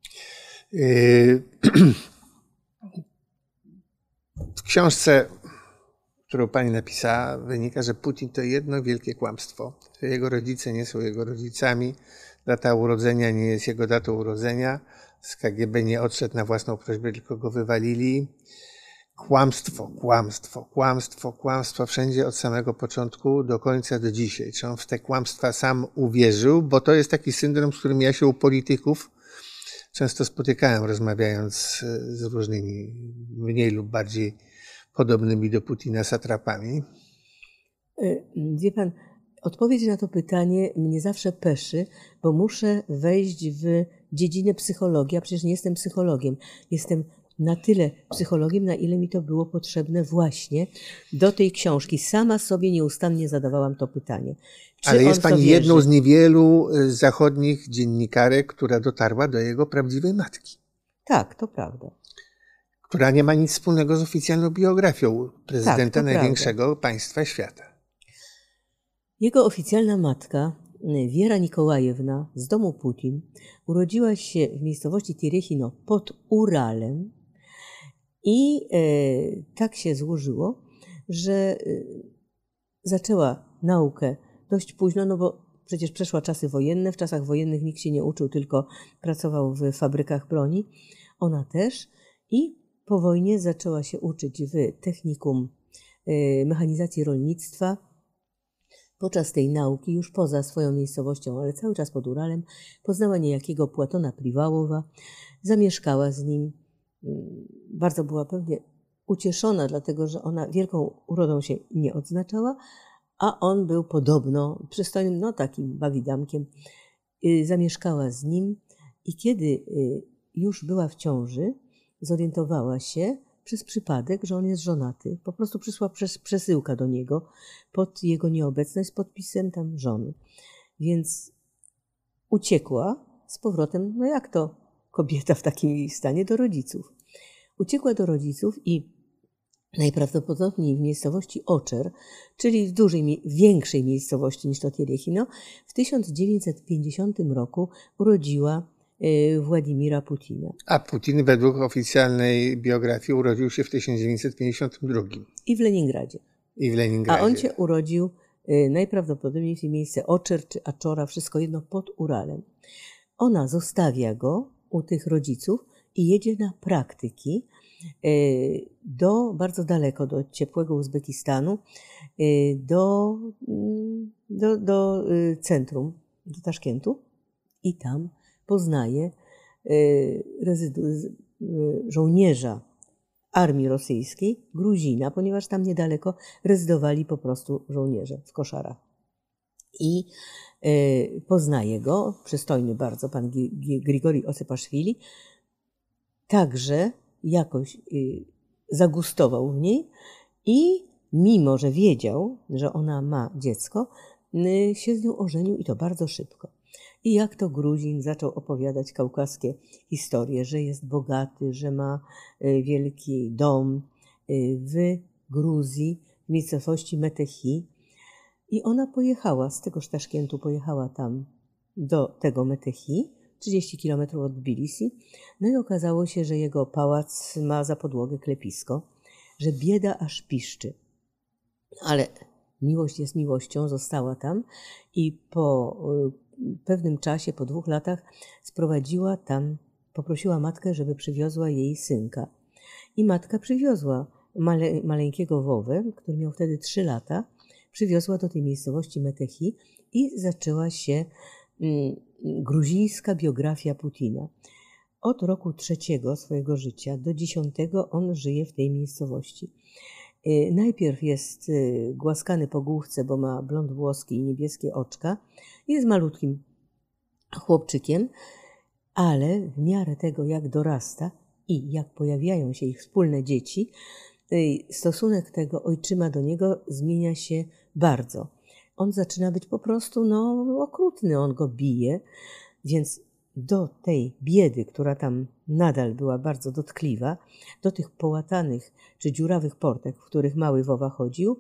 W książce, którą pani napisała, wynika, że Putin to jedno wielkie kłamstwo, że jego rodzice nie są jego rodzicami, data urodzenia nie jest jego datą urodzenia, z K G B nie odszedł na własną prośbę, tylko go wywalili. Kłamstwo, kłamstwo, kłamstwo, kłamstwo wszędzie od samego początku do końca, do dzisiaj. Czy on w te kłamstwa sam uwierzył? Bo to jest taki syndrom, z którym ja się u polityków często spotykałem, rozmawiając z różnymi mniej lub bardziej podobnymi do Putina satrapami. Wie pan, odpowiedź na to pytanie mnie zawsze peszy, bo muszę wejść w dziedzinę psychologii, a przecież nie jestem psychologiem. Jestem na tyle psychologiem, na ile mi to było potrzebne właśnie do tej książki. Sama sobie nieustannie zadawałam to pytanie. Czy Ale jest on w to pani wierzy? jedną z niewielu y, zachodnich dziennikarek, która dotarła do jego prawdziwej matki, Tak, to prawda. która nie ma nic wspólnego z oficjalną biografią prezydenta Tak, to największego prawda. państwa świata. Jego oficjalna matka, Wiera Nikołajewna z domu Putin, urodziła się w miejscowości Terechino pod Uralem i e, tak się złożyło, że e, zaczęła naukę dość późno, no bo przecież przeszła czasy wojenne. W czasach wojennych nikt się nie uczył, tylko pracował w fabrykach broni. Ona też. I po wojnie zaczęła się uczyć w technikum e, mechanizacji rolnictwa. Podczas tej nauki, już poza swoją miejscowością, ale cały czas pod Uralem, poznała niejakiego Płatona Priwałowa, zamieszkała z nim. Bardzo była pewnie ucieszona, dlatego że ona wielką urodą się nie odznaczała, a on był podobno przystojnym, no takim bawidamkiem. Zamieszkała z nim i kiedy już była w ciąży, zorientowała się przez przypadek, że on jest żonaty. Po prostu przyszła przez przesyłka do niego pod jego nieobecność z podpisem tam żony. Więc uciekła z powrotem, no jak to kobieta w takim stanie, do rodziców. Uciekła do rodziców i najprawdopodobniej w miejscowości Oczer, czyli w dużej, większej miejscowości niż to Terechino, w tysiąc dziewięćset pięćdziesiątym roku urodziła Władimira Putina. A Putin według oficjalnej biografii urodził się w tysiąc dziewięćset pięćdziesiątym drugim. I w Leningradzie. I w Leningradzie. A on się urodził najprawdopodobniej w miejsce Oczer czy Aczora, wszystko jedno, pod Uralem. Ona zostawia go u tych rodziców i jedzie na praktyki do bardzo daleko, do ciepłego Uzbekistanu, do, do, do centrum, do Taszkentu i tam poznaje rezydu- żołnierza armii rosyjskiej, Gruzina, ponieważ tam niedaleko rezydowali po prostu żołnierze w Koszarach. I poznaje go, przystojny bardzo, pan Grigori Osypaszwili, także jakoś zagustował w niej i mimo, że wiedział, że ona ma dziecko, się z nią ożenił i to bardzo szybko. I jak to Gruzin zaczął opowiadać kaukaskie historie, że jest bogaty, że ma wielki dom w Gruzji, w miejscowości Metechi. I ona pojechała z tegoż Taszkentu, pojechała tam do tego Metechi, trzydzieści kilometrów od Tbilisi. No i okazało się, że jego pałac ma za podłogę klepisko, że bieda aż piszczy. Ale miłość jest miłością, została tam i po pewnym czasie, po dwóch latach sprowadziła tam, poprosiła matkę, żeby przywiozła jej synka. I matka przywiozła male, maleńkiego Wowę, który miał wtedy trzy lata, przywiozła do tej miejscowości Metechi i zaczęła się mm, gruzińska biografia Putina. Od roku trzeciego swojego życia do dziesiątego on żyje w tej miejscowości. Najpierw jest głaskany po główce, bo ma blond włoski i niebieskie oczka. Jest malutkim chłopczykiem, ale w miarę tego, jak dorasta i jak pojawiają się ich wspólne dzieci, stosunek tego ojczyma do niego zmienia się bardzo. On zaczyna być po prostu no, okrutny, on go bije, więc do tej biedy, która tam nadal była bardzo dotkliwa, do tych połatanych czy dziurawych portek, w których mały Wowa chodził,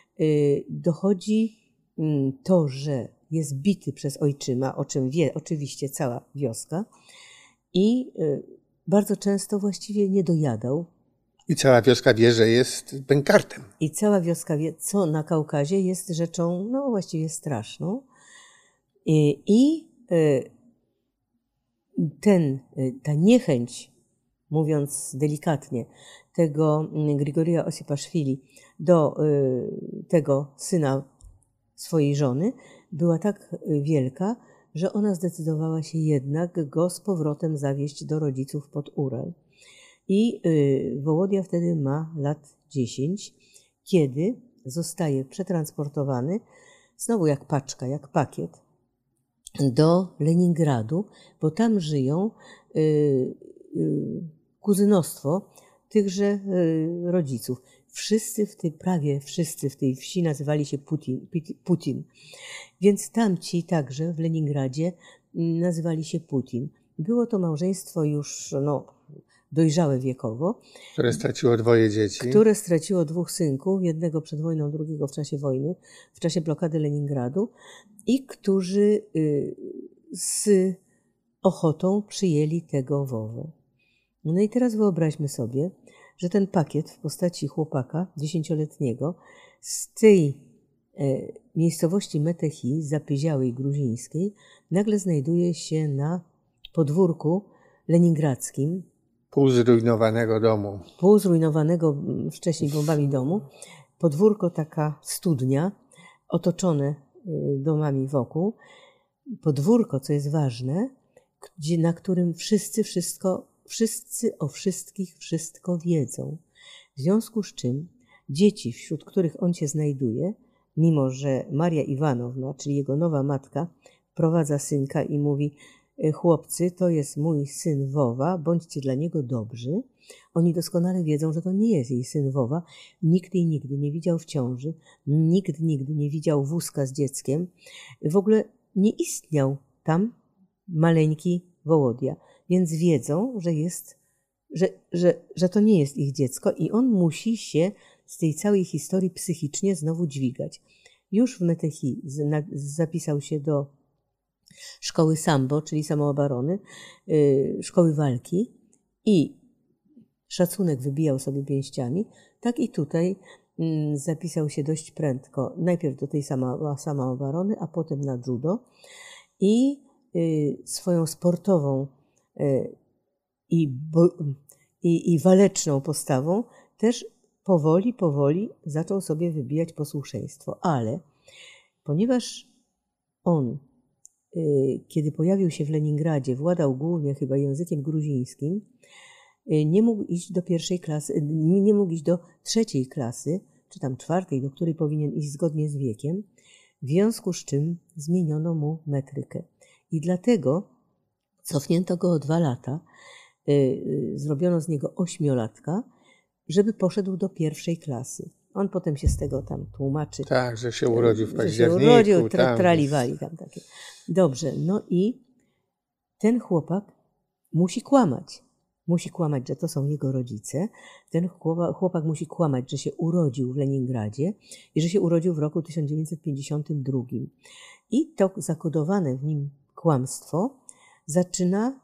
dochodzi to, że jest bity przez ojczyma, o czym wie oczywiście cała wioska i bardzo często właściwie nie dojadał. I cała wioska wie, że jest bękartem. I cała wioska wie, co na Kaukazie jest rzeczą no właściwie straszną. I, i ten, ta niechęć, mówiąc delikatnie, tego Grigorija Osypaszwili do tego syna swojej żony była tak wielka, że ona zdecydowała się jednak go z powrotem zawieźć do rodziców pod Ural. I Wołodia wtedy ma lat dziesięć, kiedy zostaje przetransportowany, znowu jak paczka, jak pakiet, do Leningradu, bo tam żyją kuzynostwo tychże rodziców. Wszyscy w tej, prawie wszyscy w tej wsi nazywali się Putin, Putin. Więc tamci także w Leningradzie nazywali się Putin. Było to małżeństwo już no, dojrzałe wiekowo. Które straciło dwoje dzieci. Które straciło dwóch synków, jednego przed wojną, drugiego w czasie wojny, w czasie blokady Leningradu i którzy z ochotą przyjęli tego Wowę. No i teraz wyobraźmy sobie, że ten pakiet w postaci chłopaka dziesięcioletniego z tej e, miejscowości Metechi, zapyziałej gruzińskiej, nagle znajduje się na podwórku leningradzkim. Pół zrujnowanego domu. Pół zrujnowanego wcześniej bombami domu. Podwórko taka studnia, otoczone domami wokół. Podwórko, co jest ważne, gdzie, na którym wszyscy wszystko Wszyscy o wszystkich wszystko wiedzą. W związku z czym dzieci, wśród których on się znajduje, mimo że Maria Iwanowna, czyli jego nowa matka, prowadza synka i mówi: chłopcy, to jest mój syn Wowa, bądźcie dla niego dobrzy. Oni doskonale wiedzą, że to nie jest jej syn Wowa. Nikt jej nigdy nie widział w ciąży, nikt nigdy nie widział wózka z dzieckiem. W ogóle nie istniał tam maleńki Wołodia. Więc wiedzą, że, jest, że, że, że to nie jest ich dziecko i on musi się z tej całej historii psychicznie znowu dźwigać. Już w Metechi zapisał się do szkoły sambo, czyli samoobrony, szkoły walki i szacunek wybijał sobie pięściami. Tak i tutaj zapisał się dość prędko, najpierw do tej samoobrony, a potem na judo i swoją sportową I, bo, i, i waleczną postawą też powoli, powoli zaczął sobie wybijać posłuszeństwo. Ale ponieważ on, kiedy pojawił się w Leningradzie, władał głównie chyba językiem gruzińskim, nie mógł iść do pierwszej klasy, nie mógł iść do trzeciej klasy, czy tam czwartej, do której powinien iść zgodnie z wiekiem, w związku z czym zmieniono mu metrykę. I dlatego cofnięto go o dwa lata, yy, zrobiono z niego ośmiolatka, żeby poszedł do pierwszej klasy. On potem się z tego tam tłumaczy. Tak, że się urodził w październiku. Że się urodził, tra, traliwali tam takie. Dobrze, no i ten chłopak musi kłamać. Musi kłamać, że to są jego rodzice. Ten chłopak musi kłamać, że się urodził w Leningradzie i że się urodził w roku tysiąc dziewięćset pięćdziesiątym drugim. I to zakodowane w nim kłamstwo zaczyna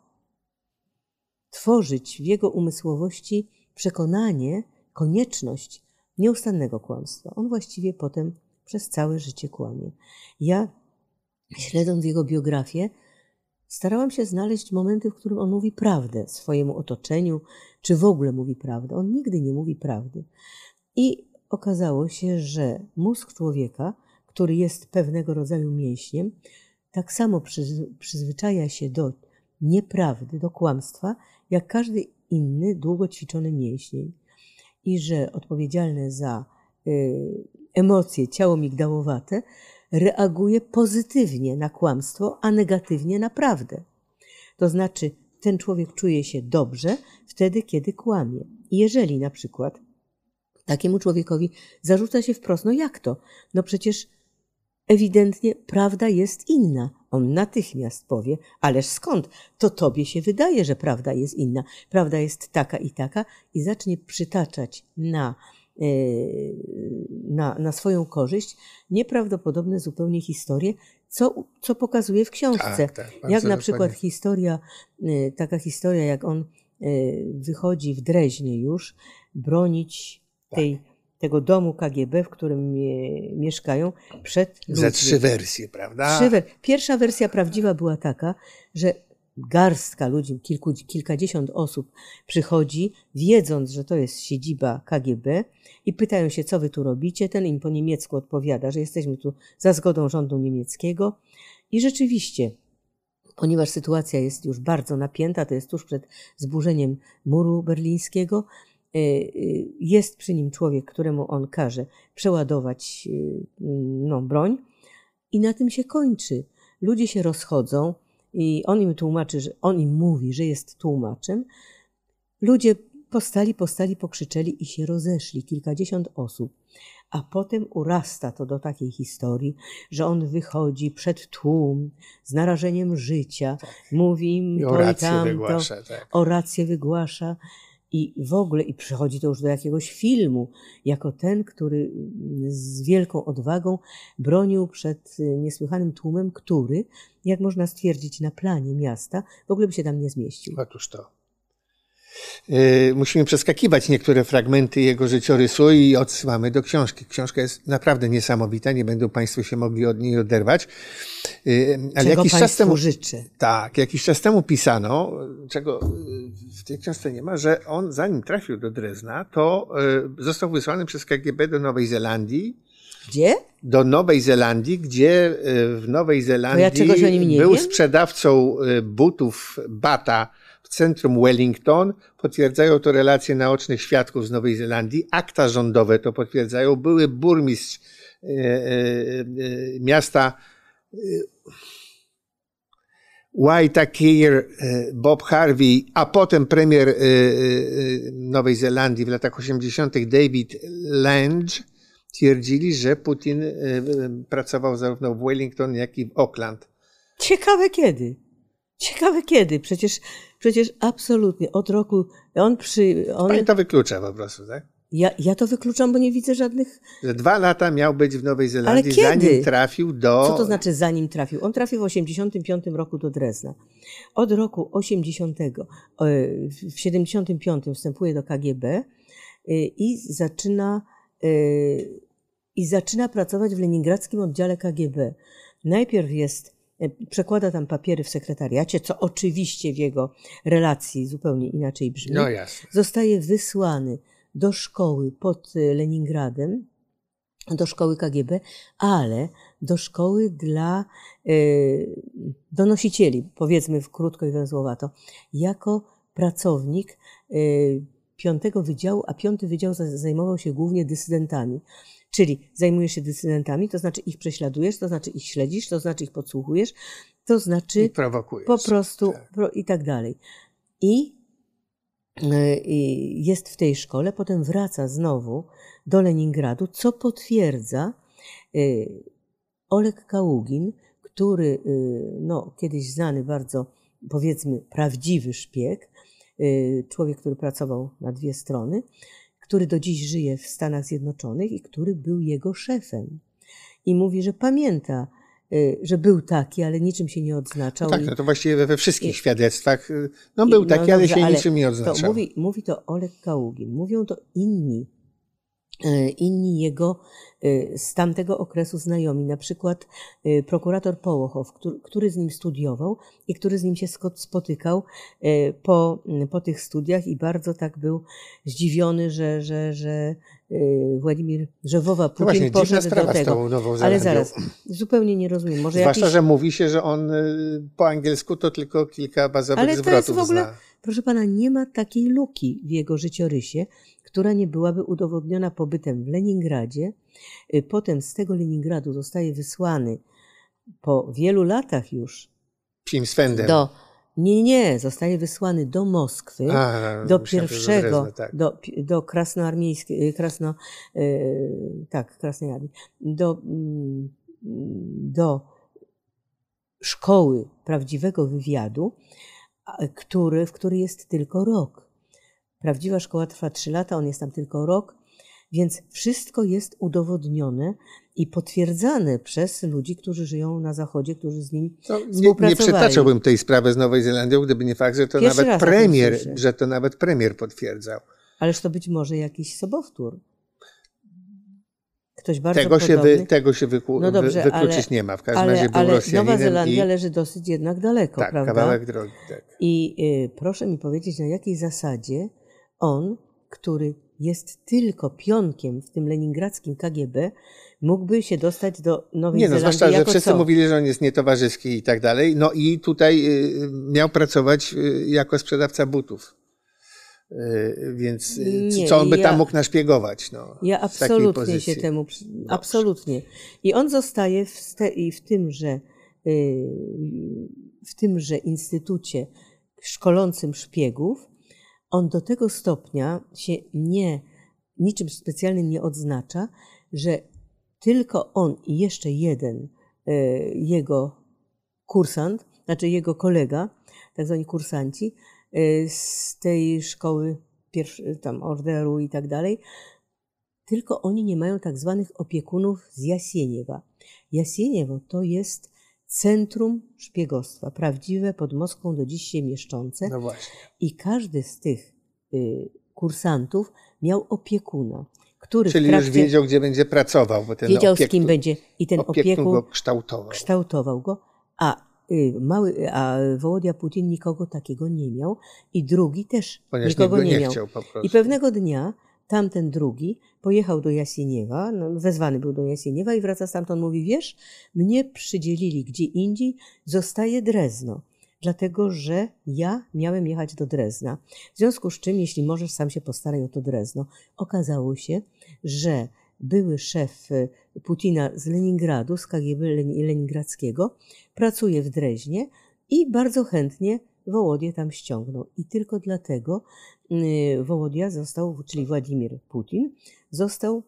tworzyć w jego umysłowości przekonanie, konieczność nieustannego kłamstwa. On właściwie potem przez całe życie kłamie. Ja, śledząc jego biografię, starałam się znaleźć momenty, w którym on mówi prawdę swojemu otoczeniu, czy w ogóle mówi prawdę. On nigdy nie mówi prawdy. I okazało się, że mózg człowieka, który jest pewnego rodzaju mięśniem, tak samo przyzwyczaja się do nieprawdy, do kłamstwa, jak każdy inny długo ćwiczony mięsień. I że odpowiedzialne za y, emocje, ciało migdałowate reaguje pozytywnie na kłamstwo, a negatywnie na prawdę. To znaczy, ten człowiek czuje się dobrze wtedy, kiedy kłamie. I jeżeli na przykład takiemu człowiekowi zarzuca się wprost, no jak to? No przecież ewidentnie prawda jest inna. On natychmiast powie, ależ skąd? To tobie się wydaje, że prawda jest inna. Prawda jest taka i taka i zacznie przytaczać na, na, na swoją korzyść nieprawdopodobne zupełnie historie, co, co pokazuje w książce. Tak, tak, jak na przykład dokładnie. historia, taka historia, jak on wychodzi w Dreźnie już bronić tej tak. tego domu K G B, w którym mieszkają, przed ludźmi. Za trzy wersje, prawda? Trzy wer- Pierwsza wersja prawdziwa była taka, że garstka ludzi, kilku, kilkadziesiąt osób przychodzi, wiedząc, że to jest siedziba K G B i pytają się, co wy tu robicie. Ten im po niemiecku odpowiada, że jesteśmy tu za zgodą rządu niemieckiego. I rzeczywiście, ponieważ sytuacja jest już bardzo napięta, to jest tuż przed zburzeniem muru berlińskiego, jest przy nim człowiek, któremu on każe przeładować no, broń i na tym się kończy. Ludzie się rozchodzą i on im tłumaczy, że on im mówi, że jest tłumaczem. Ludzie postali, postali, pokrzyczeli i się rozeszli, kilkadziesiąt osób. A potem urasta to do takiej historii, że on wychodzi przed tłum z narażeniem życia, tak. mówi im I to orację i tamto, wygłasza, tak. orację wygłasza i w ogóle, i przychodzi to już do jakiegoś filmu, jako ten, który z wielką odwagą bronił przed niesłychanym tłumem, który, jak można stwierdzić na planie miasta, w ogóle by się tam nie zmieścił. Otóż to. Musimy przeskakiwać niektóre fragmenty jego życiorysu i odsyłamy do książki. Książka jest naprawdę niesamowita, nie będą Państwo się mogli od niej oderwać. Ale czego jakiś czas temu życzę. Tak, jakiś czas temu pisano, czego w tej książce nie ma, że on zanim trafił do Drezna, to został wysłany przez K G B do Nowej Zelandii. Gdzie? Do Nowej Zelandii, gdzie w Nowej Zelandii ja był wiem? sprzedawcą butów Bata w centrum Wellington. Potwierdzają to relacje naocznych świadków z Nowej Zelandii. Akta rządowe to potwierdzają. Były burmistrz e, e, miasta e, Waitakere, Bob Harvey, a potem premier e, e, Nowej Zelandii w latach osiemdziesiątych David Lange twierdzili, że Putin e, pracował zarówno w Wellington, jak i w Auckland. Ciekawe kiedy. Ciekawe kiedy. Przecież, przecież absolutnie od roku on przy... On... Pani to wyklucza po prostu, tak? Ja, ja to wykluczam, bo nie widzę żadnych... Że dwa lata miał być w Nowej Zelandii, Ale kiedy? zanim trafił do... Co to znaczy zanim trafił? On trafił w osiemdziesiątym piątym roku do Drezna. Od roku osiemdziesiątego, w siedemdziesiątym piątym wstępuje do K G B i zaczyna, i zaczyna pracować w leningradzkim oddziale K G B. Najpierw jest... Przekłada tam papiery w sekretariacie, co oczywiście w jego relacji zupełnie inaczej brzmi. No jasne. Zostaje wysłany do szkoły pod Leningradem, do szkoły K G B, ale do szkoły dla y, donosicieli, powiedzmy krótko i węzłowato, jako pracownik y, piątego wydziału, a piąty wydział zajmował się głównie dysydentami. Czyli zajmujesz się dysydentami, to znaczy ich prześladujesz, to znaczy ich śledzisz, to znaczy ich podsłuchujesz, to znaczy I prowokujesz. po prostu tak. pro, i tak dalej. I, I jest w tej szkole, potem wraca znowu do Leningradu, co potwierdza y, Oleg Kaługin, który y, no, kiedyś znany bardzo, powiedzmy, prawdziwy szpieg, y, człowiek, który pracował na dwie strony, który do dziś żyje w Stanach Zjednoczonych i który był jego szefem. I mówi, że pamięta, że był taki, ale niczym się nie odznaczał. No tak, no to właściwie we wszystkich I, świadectwach, no był taki, no dobrze, ale się ale niczym nie odznaczał. To mówi, mówi to Oleg Kaługin, mówią to inni, inni jego z tamtego okresu znajomi, na przykład prokurator Połochow, który, który z nim studiował i który z nim się spotykał po, po tych studiach i bardzo tak był zdziwiony, że, że, że Władimir, że Wowa Putin no właśnie, poszedł do tego. Z tą Nową Ale zaraz, zupełnie nie rozumiem. Może Zwłaszcza, jakiś... że mówi się, że on po angielsku to tylko kilka bazowych Ale zwrotów to jest w ogóle, zna. Proszę pana, nie ma takiej luki w jego życiorysie, która nie byłaby udowodniona pobytem w Leningradzie. Potem z tego Leningradu zostaje wysłany po wielu latach już Psim Swendem. do... Nie, nie, zostaje wysłany do Moskwy, A, do myślałem, pierwszego, do, Drezna, tak. do, do krasnoarmiejskiej, krasno, yy, tak, Krasnej Armii, do, yy, do szkoły prawdziwego wywiadu, który, w której jest tylko rok. Prawdziwa szkoła trwa trzy lata, on jest tam tylko rok, więc wszystko jest udowodnione i potwierdzane przez ludzi, którzy żyją na Zachodzie, którzy z nim no, nie, współpracowali. Nie przytaczałbym tej sprawy z Nowej Zelandią, gdyby nie fakt, że to Pierwszy nawet premier, że to nawet premier potwierdzał. Ależ to być może jakiś sobowtór. Ktoś bardzo tego podobny. Się wy, tego się wyku, no dobrze, wy, wykluczyć ale, nie ma. W każdym ale, razie był ale Rosjaninem. Nowa Zelandia i... leży dosyć jednak daleko, tak, prawda? kawałek drogi. Tak. I y, proszę mi powiedzieć, na jakiej zasadzie on, który jest tylko pionkiem w tym leningradzkim K G B, mógłby się dostać do Nowej Nie, no, Zelandii zwłaszcza, jako że wszyscy co? mówili, że on jest nietowarzyski i tak dalej. No i tutaj y, miał pracować y, jako sprzedawca butów. Y, więc y, Nie, co on by ja, tam mógł naszpiegować? No, ja absolutnie się temu... Absolutnie. I on zostaje w, ste, i w tymże, y, w tymże instytucie szkolącym szpiegów. on do tego stopnia się nie, niczym specjalnym nie odznacza, że tylko on i jeszcze jeden y, jego kursant, znaczy jego kolega, tak zwani kursanci y, z tej szkoły pierwszy, tam orderu i tak dalej, tylko oni nie mają tak zwanych opiekunów z Jasieniewa. Jasieniewo to jest centrum szpiegostwa, prawdziwe, pod Moskwą do dziś się mieszczące. No właśnie. I każdy z tych y, kursantów miał opiekuna, który Czyli w trakcie, już wiedział, gdzie będzie pracował, bo ten wiedział, opiekun, z kim będzie i ten opiekun opiekun go kształtował. kształtował go, a y, mały, a Wołodia Putin nikogo takiego nie miał i drugi też Ponieważ nikogo nikt go nie, nie miał. chciał po prostu. I pewnego dnia tamten drugi pojechał do Jasieniewa, no, wezwany był do Jasieniewa i wraca stamtąd, mówi, wiesz, mnie przydzielili gdzie indziej, zostaje Drezno, dlatego że ja miałem jechać do Drezna. W związku z czym, jeśli możesz, sam się postaraj o to Drezno. Okazało się, że były szef Putina z Leningradu, z K G B leningradzkiego, pracuje w Dreźnie i bardzo chętnie Wołodię tam ściągnął. I tylko dlatego Wołodia został, czyli Władimir Putin, został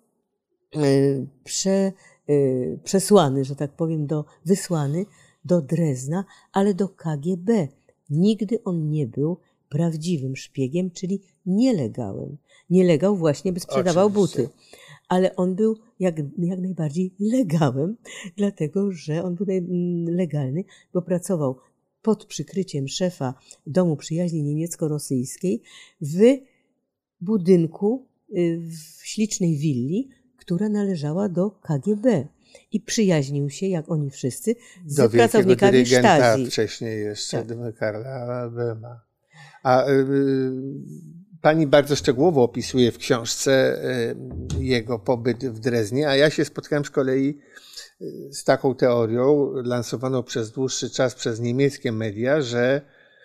prze, przesłany, że tak powiem, do, wysłany do Drezna, ale do K G B. Nigdy on nie był prawdziwym szpiegiem, czyli nielegalem. Nielegał właśnie, by sprzedawał Oczywiście. buty. Ale on był jak, jak najbardziej legałem, dlatego że on był legalny, bo pracował pod przykryciem szefa Domu Przyjaźni Niemiecko-Rosyjskiej w budynku, w ślicznej willi, która należała do K G B. I przyjaźnił się, jak oni wszyscy, z do pracownikami dyrygenta Stasi. wcześniej jeszcze, Tak. do Karla Böhma. A y, pani bardzo szczegółowo opisuje w książce y, jego pobyt w Dreznie, a ja się spotkałem z kolei z taką teorią lansowaną przez dłuższy czas przez niemieckie media, że,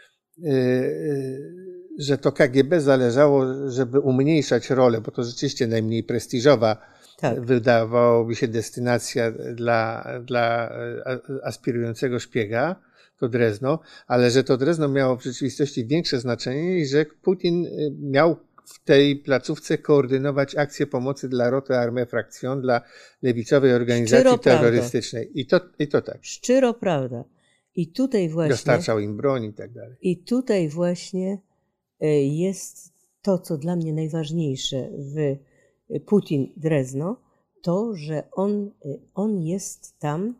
że to K G B zależało, żeby umniejszać rolę, bo to rzeczywiście najmniej prestiżowa, tak, wydawałoby się, destynacja dla, dla aspirującego szpiega, to Drezno, ale że to Drezno miało w rzeczywistości większe znaczenie i że Putin miał w tej placówce koordynować akcje pomocy dla Rote Armee Fraktion, dla lewicowej organizacji Szczero terrorystycznej. I to, I to tak. Szczero prawda. I tutaj właśnie... Dostarczał im broń i tak dalej. I tutaj właśnie jest to, co dla mnie najważniejsze w Putin Drezno, to, że on, on jest tam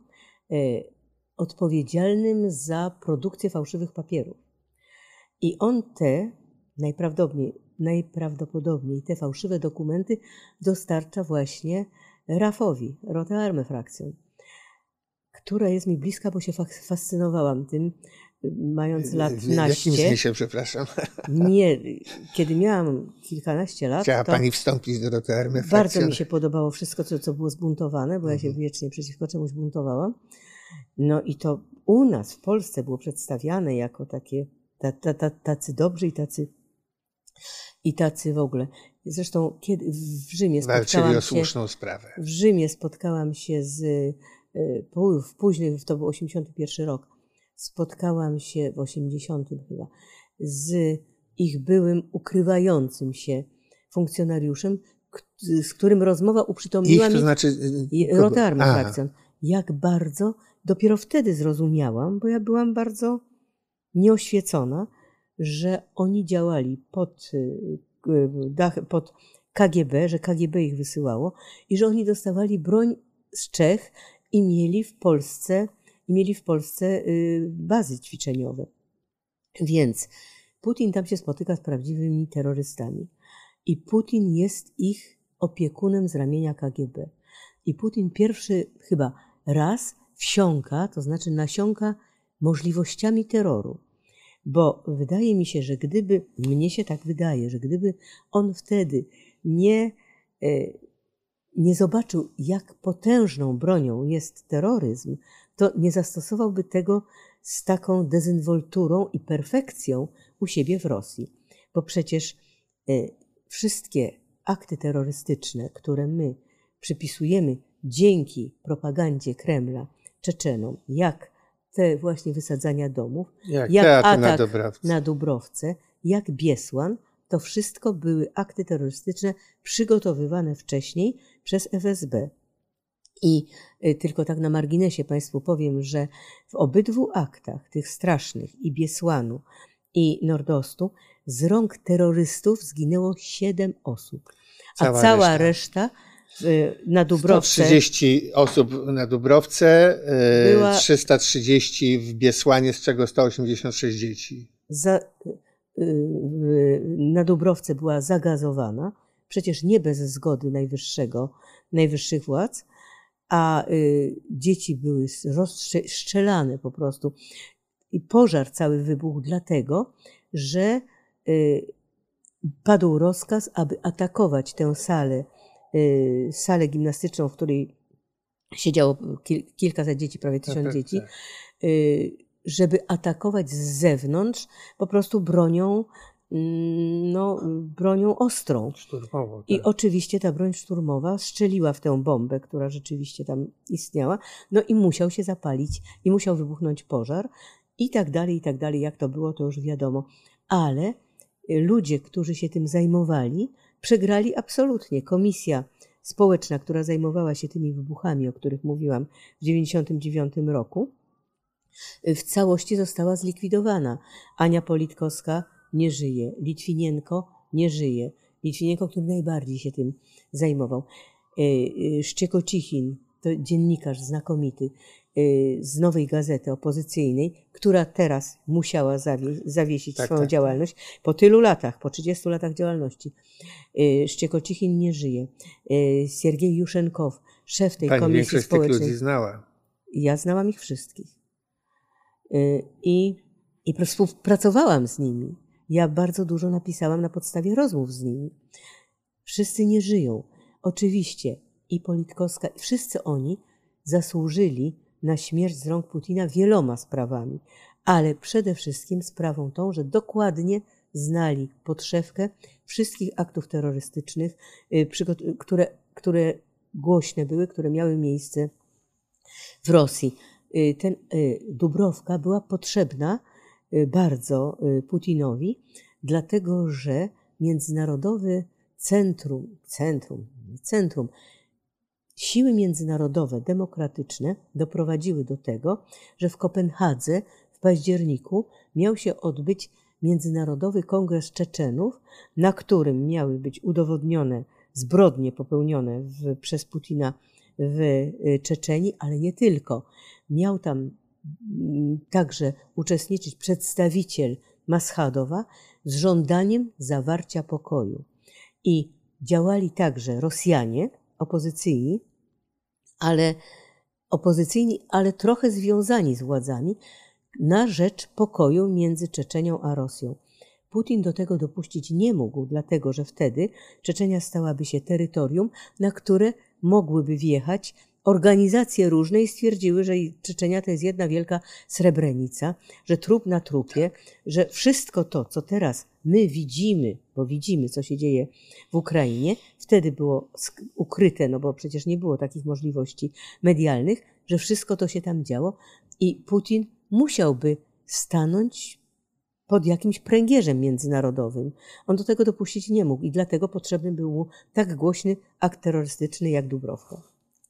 odpowiedzialnym za produkcję fałszywych papierów. I on te najprawdopodobniej najprawdopodobniej te fałszywe dokumenty dostarcza właśnie Rafowi, Rote Armee Fraktion, która jest mi bliska, bo się fascynowałam tym, mając lat w, w naście. W jakim sensie, przepraszam? Nie, kiedy miałam kilkanaście lat, chciała to pani wstąpić do Rote Armee Fraktion? Bardzo mi się podobało wszystko, co, co było zbuntowane, bo ja się wiecznie przeciwko czemuś buntowałam. No i to u nas w Polsce było przedstawiane jako takie tacy dobrzy i tacy I tacy w ogóle. Zresztą kiedy w Rzymie spotkałam o słuszną się, sprawę. W Rzymie spotkałam się z, w późnym, to był osiemdziesiąty pierwszy rok, spotkałam się w osiemdziesiątym chyba, z ich byłym ukrywającym się funkcjonariuszem, z którym rozmowa uprzytomniła ich, to mi znaczy, Rote Armee Fraktion. Jak bardzo, dopiero wtedy zrozumiałam, bo ja byłam bardzo nieoświecona, że oni działali pod, dach, pod K G B, że K G B ich wysyłało i że oni dostawali broń z Czech i mieli w Polsce, i mieli w Polsce bazy ćwiczeniowe. Więc Putin tam się spotyka z prawdziwymi terrorystami i Putin jest ich opiekunem z ramienia K G B. I Putin pierwszy chyba raz wsiąka, to znaczy nasiąka możliwościami terroru. Bo wydaje mi się, że gdyby, mnie się tak wydaje, że gdyby on wtedy nie, nie zobaczył, jak potężną bronią jest terroryzm, to nie zastosowałby tego z taką dezynwolturą i perfekcją u siebie w Rosji. Bo przecież wszystkie akty terrorystyczne, które my przypisujemy dzięki propagandzie Kremla Czeczenom, jak te właśnie wysadzania domów, jak, jak atak na Dubrowce. na Dubrowce, jak Biesłan, To wszystko były akty terrorystyczne przygotowywane wcześniej przez F S B. I tylko tak na marginesie Państwu powiem, że w obydwu aktach, tych strasznych, i Biesłanu, i Nordostu, z rąk terrorystów zginęło siedem osób, a Cała, cała reszta. reszta na Dubrowce... sto trzydzieści osób na Dubrowce, była, trzysta trzydzieści w Biesłanie, z czego sto osiemdziesiąt sześć dzieci. Za, na Dubrowce była zagazowana, przecież nie bez zgody najwyższego, najwyższych władz, a y, dzieci były rozstrzelane po prostu. I pożar cały wybuchł dlatego, że y, padł rozkaz, aby atakować tę salę, y, salę gimnastyczną, w której siedziało kil, kilkaset dzieci, prawie tysiąc tak, dzieci, tak. Y, żeby atakować z zewnątrz po prostu bronią, no, bronią ostrą. Szturmową, tak. I oczywiście ta broń szturmowa strzeliła w tę bombę, która rzeczywiście tam istniała, no i musiał się zapalić i musiał wybuchnąć pożar i tak dalej, i tak dalej. Jak to było, to już wiadomo. Ale ludzie, którzy się tym zajmowali, przegrali absolutnie. Komisja społeczna, która zajmowała się tymi wybuchami, o których mówiłam w dziewięćdziesiątym dziewiątym roku, w całości została zlikwidowana. Ania Politkowska nie żyje, Litwinienko nie żyje. Litwinienko, który najbardziej się tym zajmował. Szczekocichin, to dziennikarz znakomity z Nowej Gazety opozycyjnej, która teraz musiała zawie- zawiesić tak, swoją tak. działalność po tylu latach, po trzydziestu latach działalności. Szczekocichin nie żyje. Siergiej Juszenkow, szef tej Pani komisji większość społecznej. tych ludzi znała. Ja znałam ich wszystkich. I, i współpracowałam z nimi. Ja bardzo dużo napisałam na podstawie rozmów z nimi. Wszyscy nie żyją. Oczywiście i Politkowska, i wszyscy oni zasłużyli na śmierć z rąk Putina wieloma sprawami, ale przede wszystkim sprawą tą, że dokładnie znali podszewkę wszystkich aktów terrorystycznych, które, które głośne były, które miały miejsce w Rosji. Ten Dubrowka była potrzebna bardzo Putinowi, dlatego że Międzynarodowe Centrum, Centrum, Centrum, siły międzynarodowe, demokratyczne doprowadziły do tego, że w Kopenhadze w październiku miał się odbyć Międzynarodowy Kongres Czeczenów, na którym miały być udowodnione zbrodnie popełnione w, przez Putina w Czeczenii, ale nie tylko. Miał tam także uczestniczyć przedstawiciel Maschadowa z żądaniem zawarcia pokoju. I działali także Rosjanie, opozycyjni, ale opozycyjni, ale trochę związani z władzami, na rzecz pokoju między Czeczenią a Rosją. Putin do tego dopuścić nie mógł, dlatego że wtedy Czeczenia stałaby się terytorium, na które mogłyby wjechać organizacje różne i stwierdziły, że Czeczenia to jest jedna wielka Srebrenica, że trup na trupie, że wszystko to, co teraz my widzimy, bo widzimy, co się dzieje w Ukrainie, wtedy było ukryte, no bo przecież nie było takich możliwości medialnych, że wszystko to się tam działo i Putin musiałby stanąć pod jakimś pręgierzem międzynarodowym. On do tego dopuścić nie mógł i dlatego potrzebny był mu tak głośny akt terrorystyczny jak Dubrowka.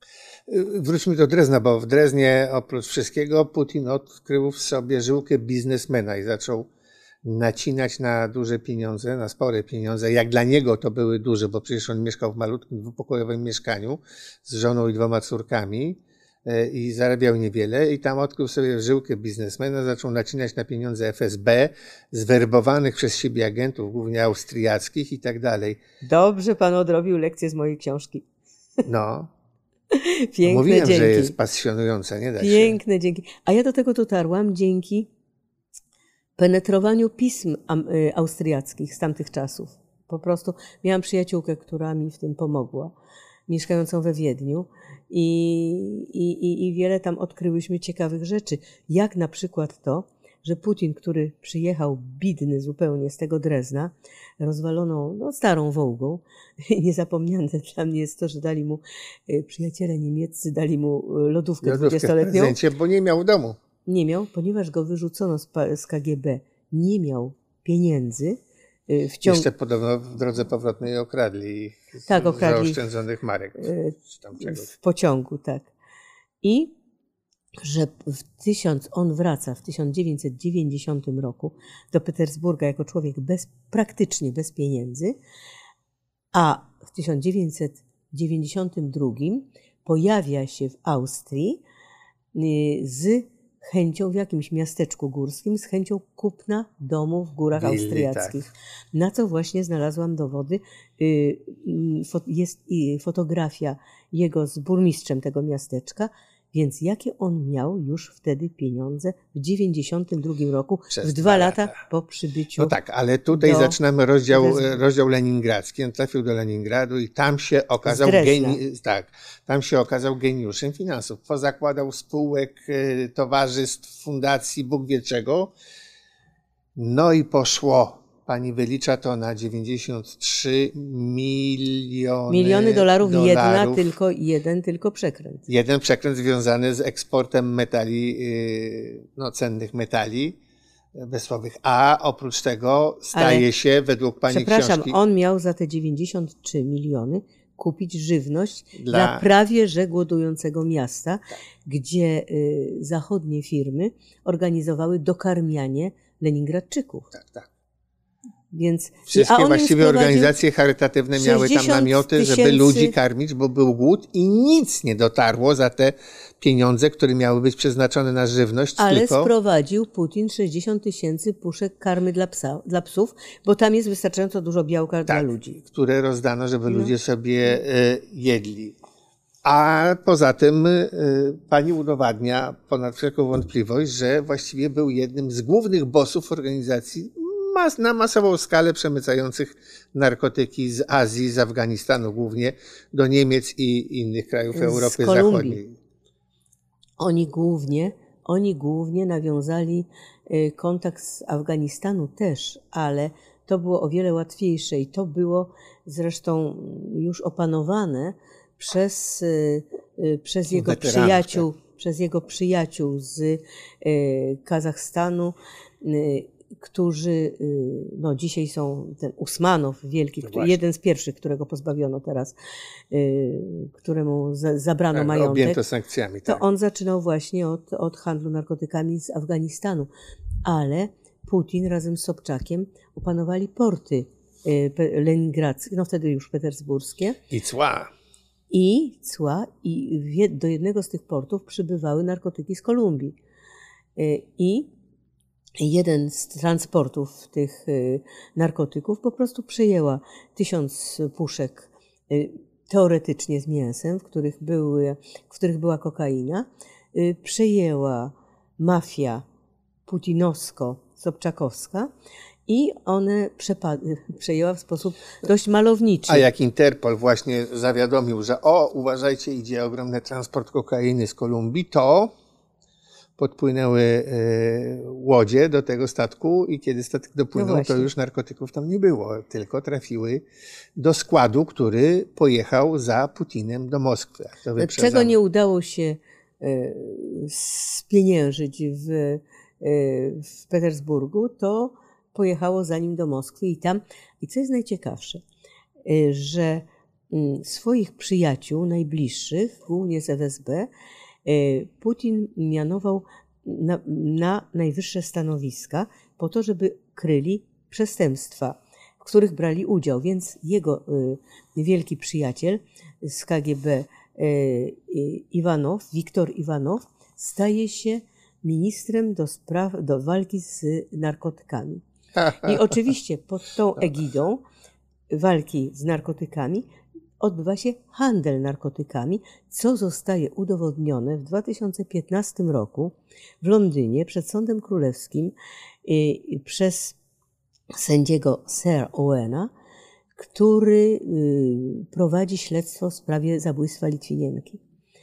Wróćmy do Drezna, bo w Dreznie oprócz wszystkiego Putin odkrył w sobie żyłkę biznesmena i zaczął nacinać na duże pieniądze, na spore pieniądze. Jak dla niego to były duże, bo przecież on mieszkał w malutkim dwupokojowym mieszkaniu z żoną i dwoma córkami i zarabiał niewiele i tam odkrył sobie żyłkę biznesmena, zaczął nacinać na pieniądze F S B, zwerbowanych przez siebie agentów, głównie austriackich i tak dalej. Dobrze pan odrobił lekcję z mojej książki. No. Piękne Mówiłem, dzięki. że jest pasjonująca, nie da się. Piękne dzięki. A ja do tego dotarłam dzięki penetrowaniu pism austriackich z tamtych czasów. Po prostu miałam przyjaciółkę, która mi w tym pomogła, mieszkającą we Wiedniu i, i, i wiele tam odkryłyśmy ciekawych rzeczy. Jak na przykład to, że Putin, który przyjechał bidny zupełnie z tego Drezna, rozwaloną, no, starą Wołgą, niezapomniane dla mnie jest to, że dali mu, przyjaciele niemieccy dali mu lodówkę dwudziestoletnią. Bo nie miał w domu. Nie miał, ponieważ go wyrzucono z, z K G B. Nie miał pieniędzy, w ciągu... Jeszcze podobno w drodze powrotnej okradli ich tak, okradli zaoszczędzonych marek. Czy tam czegoś. W pociągu, tak. I że w tysiąc, on wraca w tysiąc dziewięćset dziewięćdziesiątym roku do Petersburga jako człowiek bez, praktycznie bez pieniędzy, a w tysiąc dziewięćset dziewięćdziesiątym drugim pojawia się w Austrii z chęcią w jakimś miasteczku górskim, z chęcią kupna domu w górach Willi, austriackich. tak. Na co właśnie znalazłam dowody. Jest fotografia jego z burmistrzem tego miasteczka, więc jakie on miał już wtedy pieniądze w dziewięćdziesiątym drugim roku, Przez w dwa dwa lata lata. po przybyciu. No tak, ale tutaj do zaczynamy rozdział, Petersburga. rozdział leningradzki. On trafił do Leningradu i tam się okazał, Z Drezna. geni- tak, tam się okazał geniuszem finansów. Pozakładał spółek, e, towarzystw, fundacji, Bóg wie czego. No i poszło. Pani wylicza to na dziewięćdziesiąt trzy miliony, Miliony dolarów, dolarów. Jedna tylko, jeden tylko przekręt. Jeden przekręt związany z eksportem metali, yy, no, cennych metali wesłowych. A oprócz tego staje Ale, się według pani przepraszam, książki... on miał za te dziewięćdziesiąt trzy miliony kupić żywność Dla- dla, prawie że głodującego miasta, gdzie y, zachodnie firmy organizowały dokarmianie Leningradczyków. Tak, tak. Więc, Wszystkie a on im właściwie sprowadził organizacje charytatywne miały tam sześćdziesiąt namioty, żeby tysięcy ludzi karmić, bo był głód i nic nie dotarło za te pieniądze, które miały być przeznaczone na żywność. Ale tylko... sprowadził Putin sześćdziesiąt tysięcy puszek karmy dla, psa, dla psów, bo tam jest wystarczająco dużo białka tak, dla ludzi. które rozdano, żeby No. ludzie sobie e, jedli. A poza tym e, pani udowadnia ponad wszelką wątpliwość, że właściwie był jednym z głównych bossów organizacji mas, na masową skalę przemycających narkotyki z Azji, z Afganistanu głównie, do Niemiec i innych krajów Z Europy Kolumbii. Zachodniej. Oni głównie, oni głównie nawiązali y, kontakt z Afganistanu też, ale to było o wiele łatwiejsze i to było zresztą już opanowane przez, y, y, przez jego Weteranów, przyjaciół, przez jego przyjaciół z y, Kazachstanu, y, którzy y, no, dzisiaj są, ten Usmanow wielki, No który, właśnie. jeden z pierwszych, którego pozbawiono teraz, y, któremu za, zabrano Tak, majątek. objęto sankcjami. To Tak. on zaczynał właśnie od, od handlu narkotykami z Afganistanu. Ale Putin razem z Sobczakiem opanowali porty y, pe- leningradzkie, no wtedy już petersburskie, I cła. i cła, i w jed- do jednego z tych portów przybywały narkotyki z Kolumbii. Y, I jeden z transportów tych y, narkotyków po prostu przejęła tysiąc puszek y, teoretycznie z mięsem, w których, były, w których była kokaina, y, przejęła mafia putinowsko-sobczakowska i one przepa- przejęła w sposób dość malowniczy. A jak Interpol właśnie zawiadomił, że o, uważajcie, idzie ogromny transport kokainy z Kolumbii, to podpłynęły e, łodzie do tego statku i kiedy statek dopłynął, No to właśnie. już narkotyków tam nie było, tylko trafiły do składu, który pojechał za Putinem do Moskwy. Jak to wyprzedzano. Czego nie udało się e, spieniężyć w, e, w Petersburgu, to pojechało za nim do Moskwy i tam, i co jest najciekawsze, e, że mm, swoich przyjaciół najbliższych, głównie z F S B, e, Putin mianował na, na najwyższe stanowiska po to, żeby kryli przestępstwa, w których brali udział. Więc jego e, wielki przyjaciel z K G B, Iwanow, Wiktor Iwanow, staje się ministrem do spraw, do walki z narkotykami. I oczywiście pod tą egidą walki z narkotykami odbywa się handel narkotykami, co zostaje udowodnione w dwa tysiące piętnastym roku w Londynie przed Sądem Królewskim przez sędziego Sir Owena, który prowadzi śledztwo w sprawie zabójstwa Litwinienki.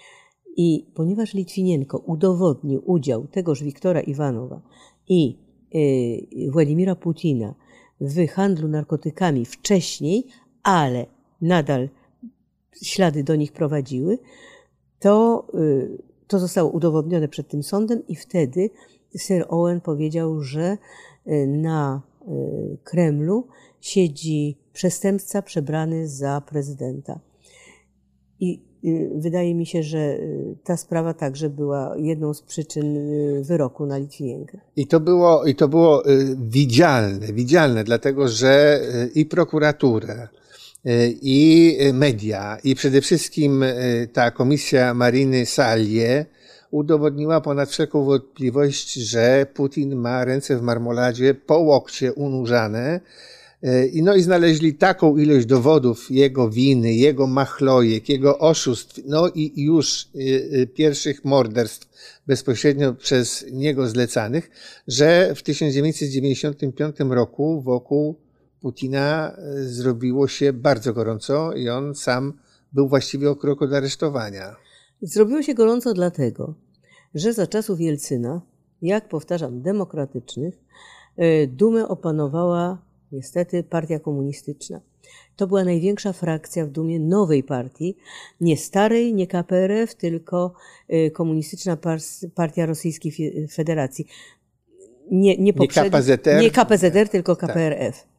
I ponieważ Litwinienko udowodnił udział tegoż Wiktora Iwanowa i Władimira Putina w handlu narkotykami wcześniej, ale nadal ślady do nich prowadziły, to, to zostało udowodnione przed tym sądem i wtedy Sir Owen powiedział, że na Kremlu siedzi przestępca przebrany za prezydenta. I wydaje mi się, że ta sprawa także była jedną z przyczyn wyroku na Litwinienkę. I to było, i to było widzialne, widzialne, dlatego że i prokuratura, i media, i przede wszystkim ta komisja Mariny Salie udowodniła ponad wszelką wątpliwość, że Putin ma ręce w marmoladzie, po łokcie unurzane. No i znaleźli taką ilość dowodów jego winy, jego machlojek, jego oszustw, no i już pierwszych morderstw bezpośrednio przez niego zlecanych, że w tysiąc dziewięćset dziewięćdziesiątym piątym roku wokół Putina zrobiło się bardzo gorąco i on sam był właściwie o krok od aresztowania. Zrobiło się gorąco dlatego, że za czasów Jelcyna, jak powtarzam, demokratycznych, Dumę opanowała niestety partia komunistyczna. To była największa frakcja w Dumie nowej partii, nie starej, nie K P R F, tylko Komunistyczna Partia Rosyjskiej Federacji. Nie, nie, nie K P Z R, nie K P Z R, tylko K P R F. Tak.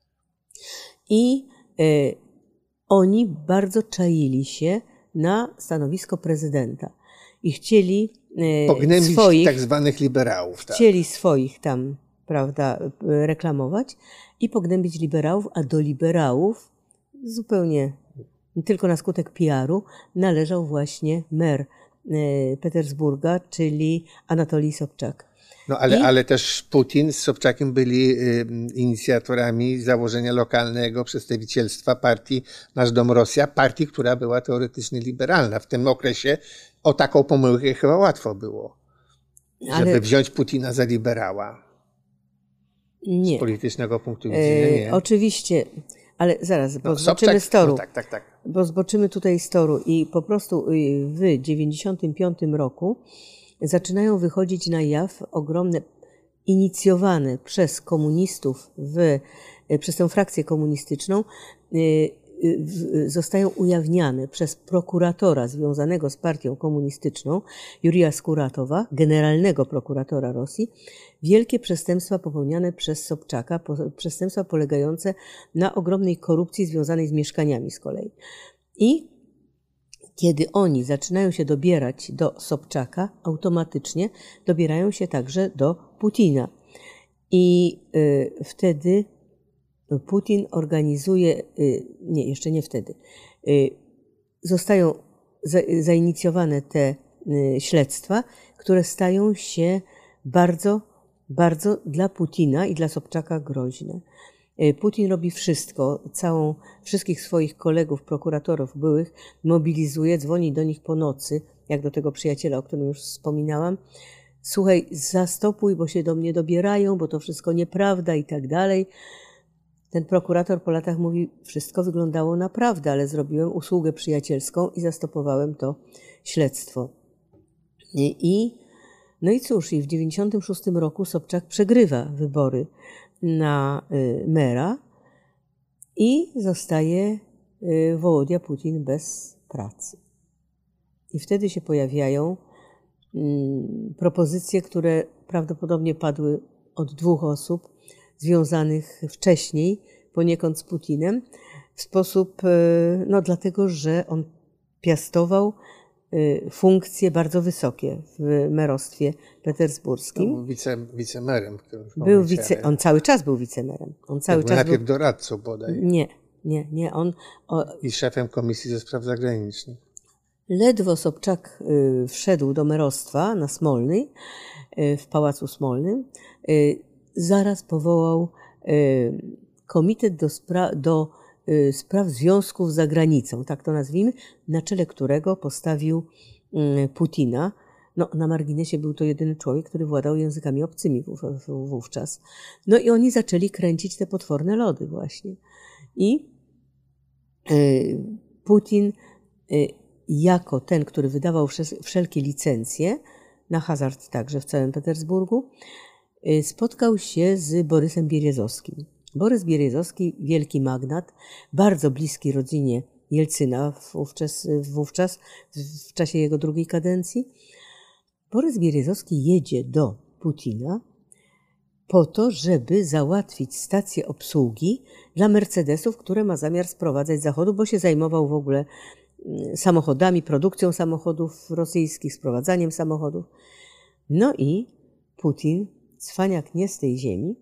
I y, oni bardzo czaili się na stanowisko prezydenta i chcieli y, pognębić swoich, tak zwanych liberałów. Tak. Chcieli swoich tam, prawda, reklamować i pognębić liberałów, a do liberałów zupełnie tylko na skutek P R u należał właśnie mer y, Petersburga, czyli Anatolij Sobczak. No ale, I... ale też Putin z Sobczakiem byli y, inicjatorami założenia lokalnego przedstawicielstwa partii Nasz Dom Rosja, partii, która była teoretycznie liberalna. W tym okresie o taką pomyłkę chyba łatwo było, ale... żeby wziąć Putina za liberała. Nie. Z politycznego punktu widzenia nie. E, oczywiście, ale zaraz, bo no, zboczymy Sobczak, z toru. no tak, tak, tak. Bo zboczymy tutaj z toru i po prostu w dziewięćdziesiątym piątym roku zaczynają wychodzić na jaw ogromne, inicjowane przez komunistów, w, przez tę frakcję komunistyczną, zostają ujawniane przez prokuratora związanego z partią komunistyczną, Jurija Skuratowa, generalnego prokuratora Rosji, wielkie przestępstwa popełniane przez Sobczaka, przestępstwa polegające na ogromnej korupcji związanej z mieszkaniami z kolei. I kiedy oni zaczynają się dobierać do Sobczaka, automatycznie dobierają się także do Putina. I y, wtedy Putin organizuje, y, nie, jeszcze nie wtedy, y, zostają za, zainicjowane te y, śledztwa, które stają się bardzo, bardzo dla Putina i dla Sobczaka groźne. Putin robi wszystko, całą, wszystkich swoich kolegów, prokuratorów byłych mobilizuje, dzwoni do nich po nocy, jak do tego przyjaciela, o którym już wspominałam. Słuchaj, zastopuj, bo się do mnie dobierają, bo to wszystko nieprawda i tak dalej. Ten prokurator po latach mówi, wszystko wyglądało naprawdę, ale zrobiłem usługę przyjacielską i zastopowałem to śledztwo. I, i no i cóż, i w dziewięćdziesiątym szóstym roku Sobczak przegrywa wybory na y, mera i zostaje y, Wołodia Putin bez pracy. I wtedy się pojawiają y, propozycje, które prawdopodobnie padły od dwóch osób związanych wcześniej poniekąd z Putinem w sposób, y, no dlatego, że on piastował funkcje bardzo wysokie w merostwie petersburskim. No, był wice, wicemerem. Był wice, on cały czas był wicemerem. On cały tak, czas najpierw był doradcą bodaj. Nie, nie, nie. On, o... I szefem Komisji do Spraw Zagranicznych. Ledwo Sobczak y, wszedł do merostwa na Smolnej, y, w Pałacu Smolnym, y, zaraz powołał y, komitet do, spra- do y, spraw związków za granicą, tak to nazwijmy, na czele którego postawił y, Putina. No, na marginesie był to jedyny człowiek, który władał językami obcymi w, w, wówczas. No i oni zaczęli kręcić te potworne lody właśnie. I y, Putin y, jako ten, który wydawał wszelkie licencje na hazard także w całym Petersburgu, y, spotkał się z Borysem Bieryzowskim. Borys Bieryzowski, wielki magnat, bardzo bliski rodzinie Jelcyna wówczas, wówczas w czasie jego drugiej kadencji. Borys Bieryzowski jedzie do Putina po to, żeby załatwić stację obsługi dla Mercedesów, które ma zamiar sprowadzać z Zachodu, bo się zajmował w ogóle samochodami, produkcją samochodów rosyjskich, sprowadzaniem samochodów. No i Putin, cwaniak nie z tej ziemi,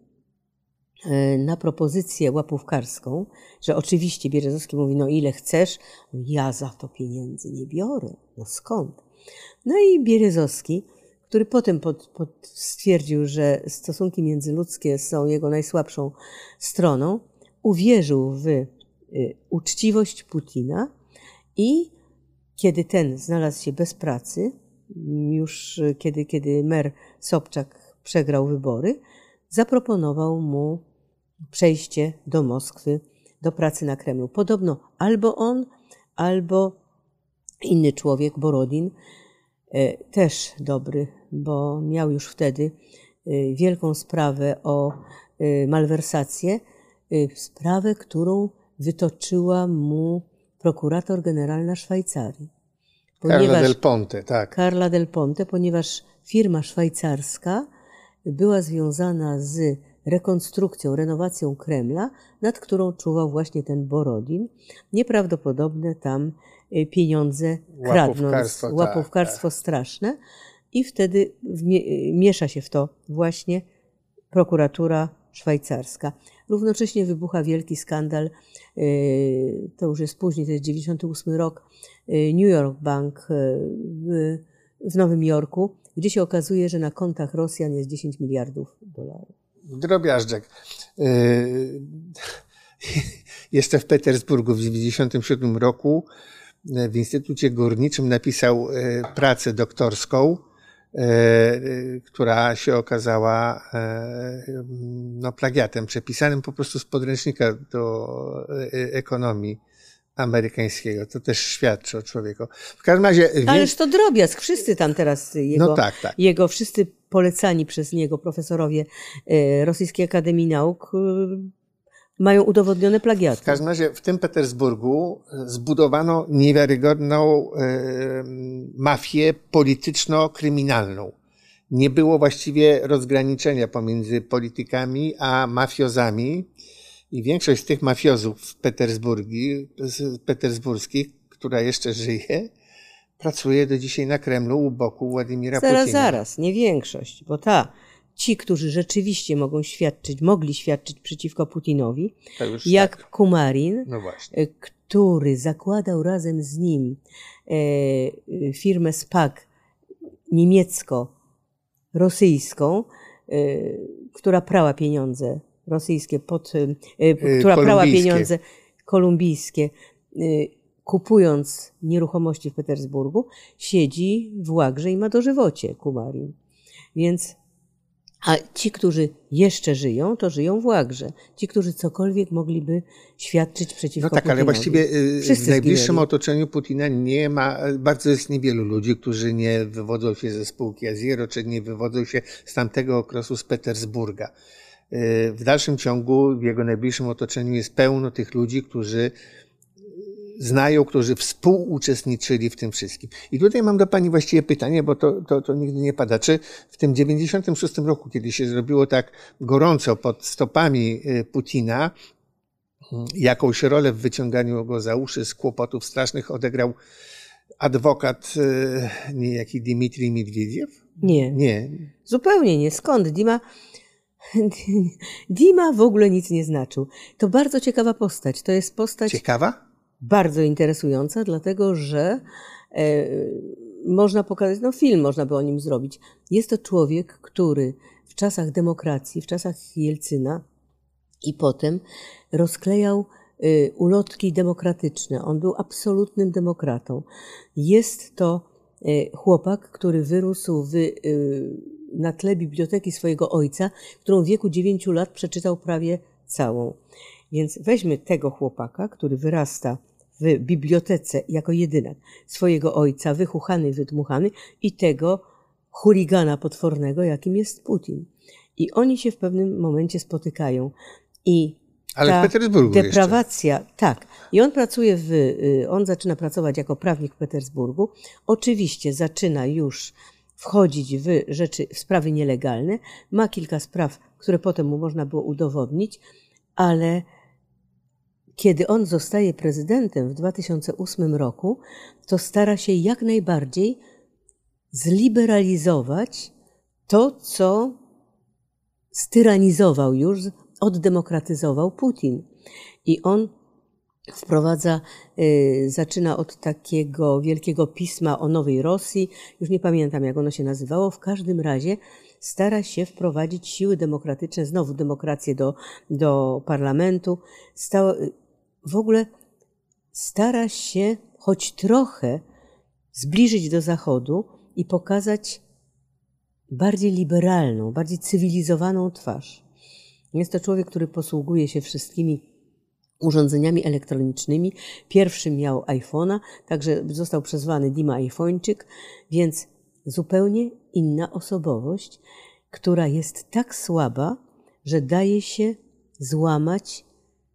na propozycję łapówkarską, że oczywiście Bierzozowski mówi, no ile chcesz, ja za to pieniędzy nie biorę, no skąd? No i Bierzozowski, który potem pod, pod stwierdził, że stosunki międzyludzkie są jego najsłabszą stroną, uwierzył w y, uczciwość Putina i kiedy ten znalazł się bez pracy, już kiedy, kiedy mer Sobczak przegrał wybory, zaproponował mu przejście do Moskwy, do pracy na Kremlu. Podobno albo on, albo inny człowiek, Borodin, też dobry, bo miał już wtedy wielką sprawę o malwersację, sprawę, którą wytoczyła mu prokurator generalna Szwajcarii. Carla Del Ponte, tak. Carla Del Ponte, ponieważ firma szwajcarska była związana z rekonstrukcją, renowacją Kremla, nad którą czuwał właśnie ten Borodin. Nieprawdopodobne tam pieniądze kradnąc, łapówkarstwo, tak, łapówkarstwo tak. straszne. I wtedy miesza się w to właśnie prokuratura szwajcarska. Równocześnie wybucha wielki skandal, to już jest później, to jest dziewięćdziesiąty ósmy rok, New York Bank w, w Nowym Jorku, gdzie się okazuje, że na kontach Rosjan jest dziesięć miliardów dolarów. Drobiażdżek. Yy, jeszcze w Petersburgu w dziewięćdziesiątym siódmym roku w Instytucie Górniczym napisał pracę doktorską, która się okazała no, plagiatem, przepisanym po prostu z podręcznika do ekonomii amerykańskiego. To też świadczy o człowieku. W każdym razie... Ależ to drobiazg. Wszyscy tam teraz, jego, no tak, tak. jego wszyscy polecani przez niego profesorowie Rosyjskiej Akademii Nauk mają udowodnione plagiaty. W każdym razie w tym Petersburgu zbudowano niewiarygodną e, mafię polityczno-kryminalną. Nie było właściwie rozgraniczenia pomiędzy politykami a mafiozami i większość z tych mafiozów petersburskich, która jeszcze żyje, pracuje do dzisiaj na Kremlu u boku Władimira zaraz, Putina. Zaraz, zaraz, nie większość, bo ta Ci, którzy rzeczywiście mogą świadczyć, mogli świadczyć przeciwko Putinowi, jak tak. Kumarin, no właśnie. który zakładał razem z nim e, firmę SPAK niemiecko-rosyjską, e, która prała pieniądze rosyjskie, pod, e, która prała pieniądze kolumbijskie, e, kupując nieruchomości w Petersburgu, siedzi w łagrze i ma dożywocie Kumarin. Więc a ci, którzy jeszcze żyją, to żyją w łagrze. Ci, którzy cokolwiek mogliby świadczyć przeciwko No tak, Putinowi. ale właściwie Wszyscy w najbliższym zginęli. otoczeniu Putina nie ma, bardzo jest niewielu ludzi, którzy nie wywodzą się ze spółki Azero, czy nie wywodzą się z tamtego okresu z Petersburga. W dalszym ciągu w jego najbliższym otoczeniu jest pełno tych ludzi, którzy znają, którzy współuczestniczyli w tym wszystkim. I tutaj mam do pani właściwie pytanie, bo to, to, to nigdy nie pada. Czy w tym dziewięćdziesiątym szóstym roku, kiedy się zrobiło tak gorąco pod stopami Putina, jakąś rolę w wyciąganiu go za uszy z kłopotów strasznych odegrał adwokat niejaki Dmitrij Miedwiediew? Nie. Nie. Zupełnie nie. Skąd? Dima, Dima w ogóle nic nie znaczył. To bardzo ciekawa postać. To jest postać... Ciekawa? Bardzo interesująca, dlatego że e, można pokazać, no film można by o nim zrobić. Jest to człowiek, który w czasach demokracji, w czasach Jelcyna i potem rozklejał y, ulotki demokratyczne. On był absolutnym demokratą. Jest to y, chłopak, który wyrósł w, y, na tle biblioteki swojego ojca, którą w wieku dziewięciu lat przeczytał prawie całą. Więc weźmy tego chłopaka, który wyrasta w bibliotece jako jedynak swojego ojca, wychuchany, wydmuchany, i tego chuligana potwornego, jakim jest Putin. I oni się w pewnym momencie spotykają. I Ale ta w Petersburgu deprawacja, jeszcze. Tak. I on pracuje w, on zaczyna pracować jako prawnik w Petersburgu. Oczywiście zaczyna już wchodzić w rzeczy, w sprawy nielegalne. Ma kilka spraw które potem mu można było udowodnić, ale kiedy on zostaje prezydentem w dwa tysiące ósmym roku, to stara się jak najbardziej zliberalizować to, co styranizował już, oddemokratyzował Putin. I on wprowadza, y, zaczyna od takiego wielkiego pisma o nowej Rosji, już nie pamiętam jak ono się nazywało, w każdym razie stara się wprowadzić siły demokratyczne, znowu demokrację do, do parlamentu, Stała, w ogóle stara się choć trochę zbliżyć do Zachodu i pokazać bardziej liberalną, bardziej cywilizowaną twarz. Jest to człowiek, który posługuje się wszystkimi urządzeniami elektronicznymi. Pierwszy miał iPhone'a, także został przezwany Dima iPhoneczyk, więc zupełnie inna osobowość, która jest tak słaba, że daje się złamać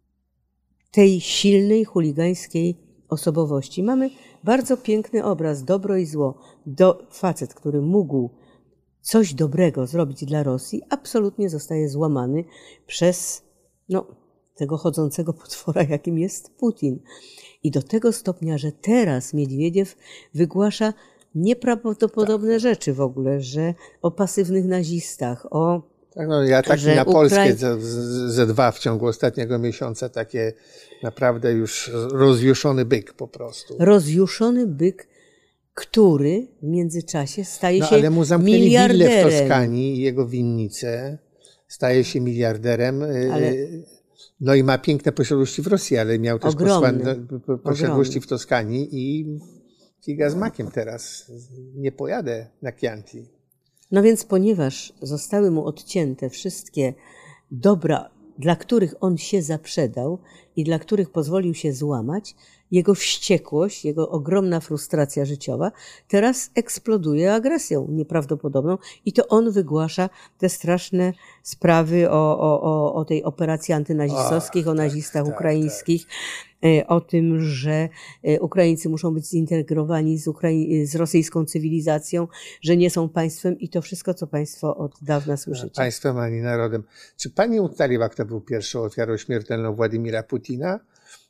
tej silnej, chuligańskiej osobowości. Mamy bardzo piękny obraz, dobro i zło. Do, facet, który mógł coś dobrego zrobić dla Rosji, absolutnie zostaje złamany przez no, tego chodzącego potwora, jakim jest Putin. I do tego stopnia, że teraz Miedwiediew wygłasza nieprawdopodobne tak. rzeczy w ogóle, że o pasywnych nazistach, o Tak, no, ja taki na Polskę ze, ze dwa w ciągu ostatniego miesiąca, takie naprawdę już rozjuszony byk po prostu. Rozjuszony byk, który w międzyczasie staje no, się ale mu zamknęli miliarderem. willę w Toskanii i jego winnicę, staje się miliarderem. Ale... No i ma piękne posiadłości w Rosji, ale miał też posłanne, posiadłości Ogromny. w Toskanii i figa z makiem teraz. Nie pojadę na Chianti. No więc ponieważ zostały mu odcięte wszystkie dobra, dla których on się zaprzedał i dla których pozwolił się złamać, jego wściekłość, jego ogromna frustracja życiowa teraz eksploduje agresją nieprawdopodobną i to on wygłasza te straszne sprawy o, o, o, o tej operacji antynazistowskiej, o nazistach tak, ukraińskich, tak, tak. o tym, że Ukraińcy muszą być zintegrowani z, Ukrai- z rosyjską cywilizacją, że nie są państwem i to wszystko, co państwo od dawna słyszycie. Państwem ani narodem. Czy pani ustaliła, kto był pierwszą ofiarą śmiertelną Władimira Putina?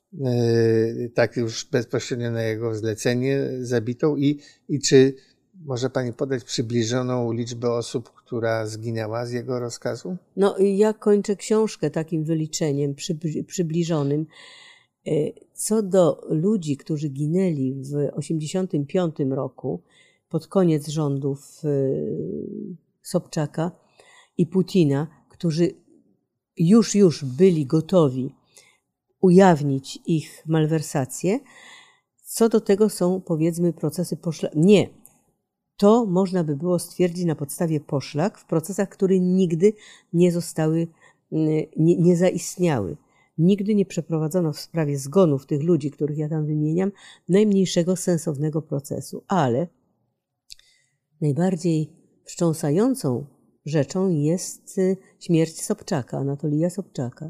Tak już bezpośrednio na jego zlecenie zabitą i, i czy może pani podać przybliżoną liczbę osób, która zginęła z jego rozkazu? No ja kończę książkę takim wyliczeniem przybliżonym. Co do ludzi, którzy ginęli w osiemdziesiątym piątym roku pod koniec rządów Sobczaka i Putina, którzy już, już byli gotowi ujawnić ich malwersacje, co do tego są, powiedzmy, procesy poszlak. Nie. To można by było stwierdzić na podstawie poszlak w procesach, które nigdy nie zostały, nie, nie zaistniały. Nigdy nie przeprowadzono w sprawie zgonów tych ludzi, których ja tam wymieniam, najmniejszego sensownego procesu. Ale najbardziej wstrząsającą rzeczą jest śmierć Sobczaka, Anatolija Sobczaka.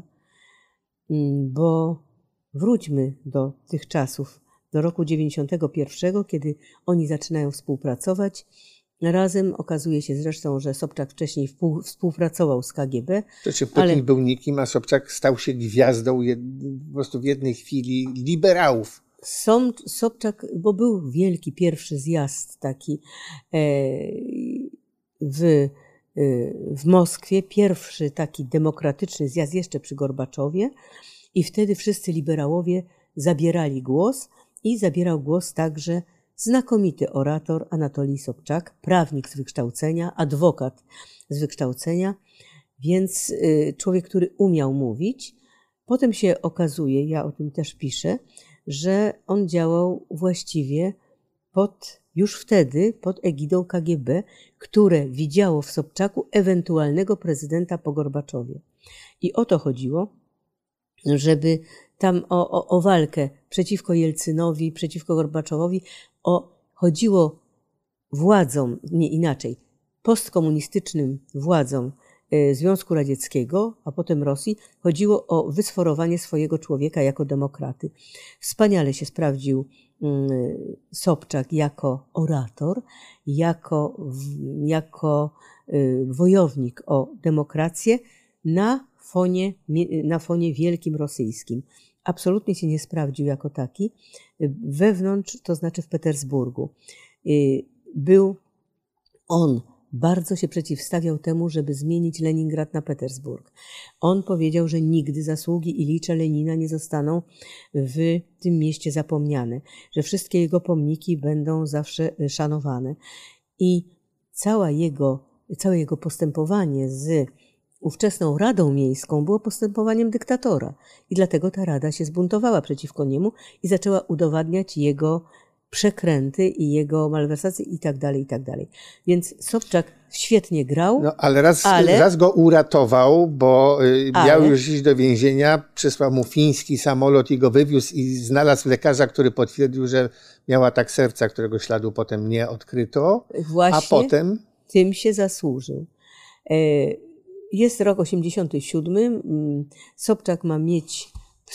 Bo wróćmy do tych czasów, do roku dziewięćdziesiątego pierwszego, kiedy oni zaczynają współpracować. Razem okazuje się zresztą, że Sobczak wcześniej współpracował z K G B. Znaczy Putin ale... był nikim, a Sobczak stał się gwiazdą jed... po prostu w jednej chwili liberałów. Som, Sobczak, bo był wielki pierwszy zjazd taki e, w, e, w Moskwie, pierwszy taki demokratyczny zjazd jeszcze przy Gorbaczowie i wtedy wszyscy liberałowie zabierali głos i zabierał głos także znakomity orator Anatolij Sobczak, prawnik z wykształcenia, adwokat z wykształcenia, więc y, człowiek, który umiał mówić. Potem się okazuje, ja o tym też piszę, że on działał właściwie pod, już wtedy pod egidą K G B, które widziało w Sobczaku ewentualnego prezydenta po Gorbaczowie. I o to chodziło, żeby tam o, o, o walkę przeciwko Jelcynowi, przeciwko Gorbaczowowi, o, chodziło władzom, nie inaczej, postkomunistycznym władzom Związku Radzieckiego, a potem Rosji, chodziło o wysforowanie swojego człowieka jako demokraty. Wspaniale się sprawdził Sobczak jako orator, jako, jako wojownik o demokrację, na fonie, na fonie wielkim rosyjskim. Absolutnie się nie sprawdził jako taki. Wewnątrz, to znaczy w Petersburgu, był on, bardzo się przeciwstawiał temu, żeby zmienić Leningrad na Petersburg. On powiedział, że nigdy zasługi Ilicza Lenina nie zostaną w tym mieście zapomniane, że wszystkie jego pomniki będą zawsze szanowane. I cała jego, całe jego postępowanie z ówczesną Radą Miejską było postępowaniem dyktatora. I dlatego ta rada się zbuntowała przeciwko niemu i zaczęła udowadniać jego przekręty i jego malwersacje i tak dalej, i tak dalej. Więc Sobczak świetnie grał. No, ale raz, ale raz go uratował, bo ale, miał już iść do więzienia, przysłał mu fiński samolot i go wywiózł i znalazł lekarza, który potwierdził, że miał atak serca, którego śladu potem nie odkryto. Właśnie a potem tym się zasłużył. Jest rok osiemdziesiąty siódmy. Sobczak ma mieć,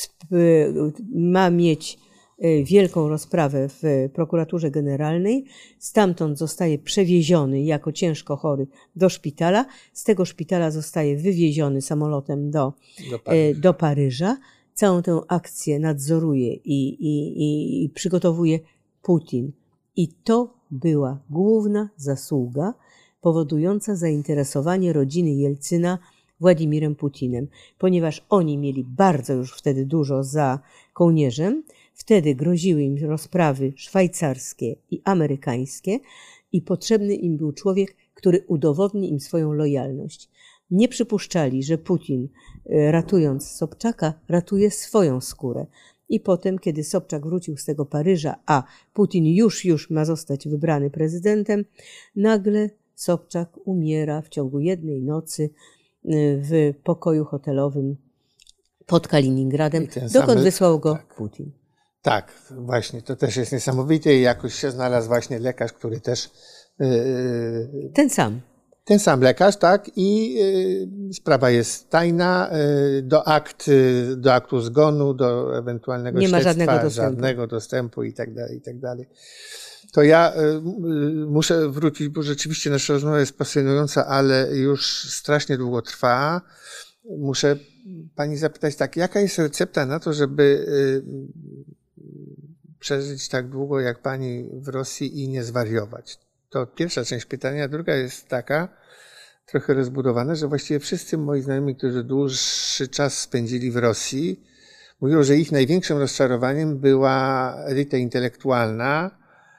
ma mieć wielką rozprawę w prokuraturze generalnej. Stamtąd zostaje przewieziony jako ciężko chory do szpitala. Z tego szpitala zostaje wywieziony samolotem do, do, Paryża. do Paryża. Całą tę akcję nadzoruje i, i, i, i przygotowuje Putin. I to była główna zasługa powodująca zainteresowanie rodziny Jelcyna Władimirem Putinem, ponieważ oni mieli bardzo już wtedy dużo za kołnierzem. Wtedy groziły im rozprawy szwajcarskie i amerykańskie i potrzebny im był człowiek, który udowodni im swoją lojalność. Nie przypuszczali, że Putin, ratując Sobczaka, ratuje swoją skórę. I potem, kiedy Sobczak wrócił z tego Paryża, a Putin już, już ma zostać wybrany prezydentem, nagle Sobczak umiera w ciągu jednej nocy w pokoju hotelowym pod Kaliningradem, dokąd samy, wysłał go tak. Putin. Tak, właśnie, to też jest niesamowite i jakoś się znalazł właśnie lekarz, który też... Yy, ten sam. Ten sam lekarz, tak, i yy, sprawa jest tajna, yy, do akt, yy, do aktu zgonu, do ewentualnego nie śledztwa, ma żadnego dostępu. żadnego dostępu i tak dalej, i tak dalej. To ja yy, muszę wrócić, bo rzeczywiście nasza rozmowa jest pasjonująca, ale już strasznie długo trwa. Muszę pani zapytać tak, jaka jest recepta na to, żeby yy, przeżyć tak długo jak pani w Rosji i nie zwariować? To pierwsza część pytania. Druga jest taka, trochę rozbudowana, że właściwie wszyscy moi znajomi, którzy dłuższy czas spędzili w Rosji, mówią, że ich największym rozczarowaniem była elita intelektualna,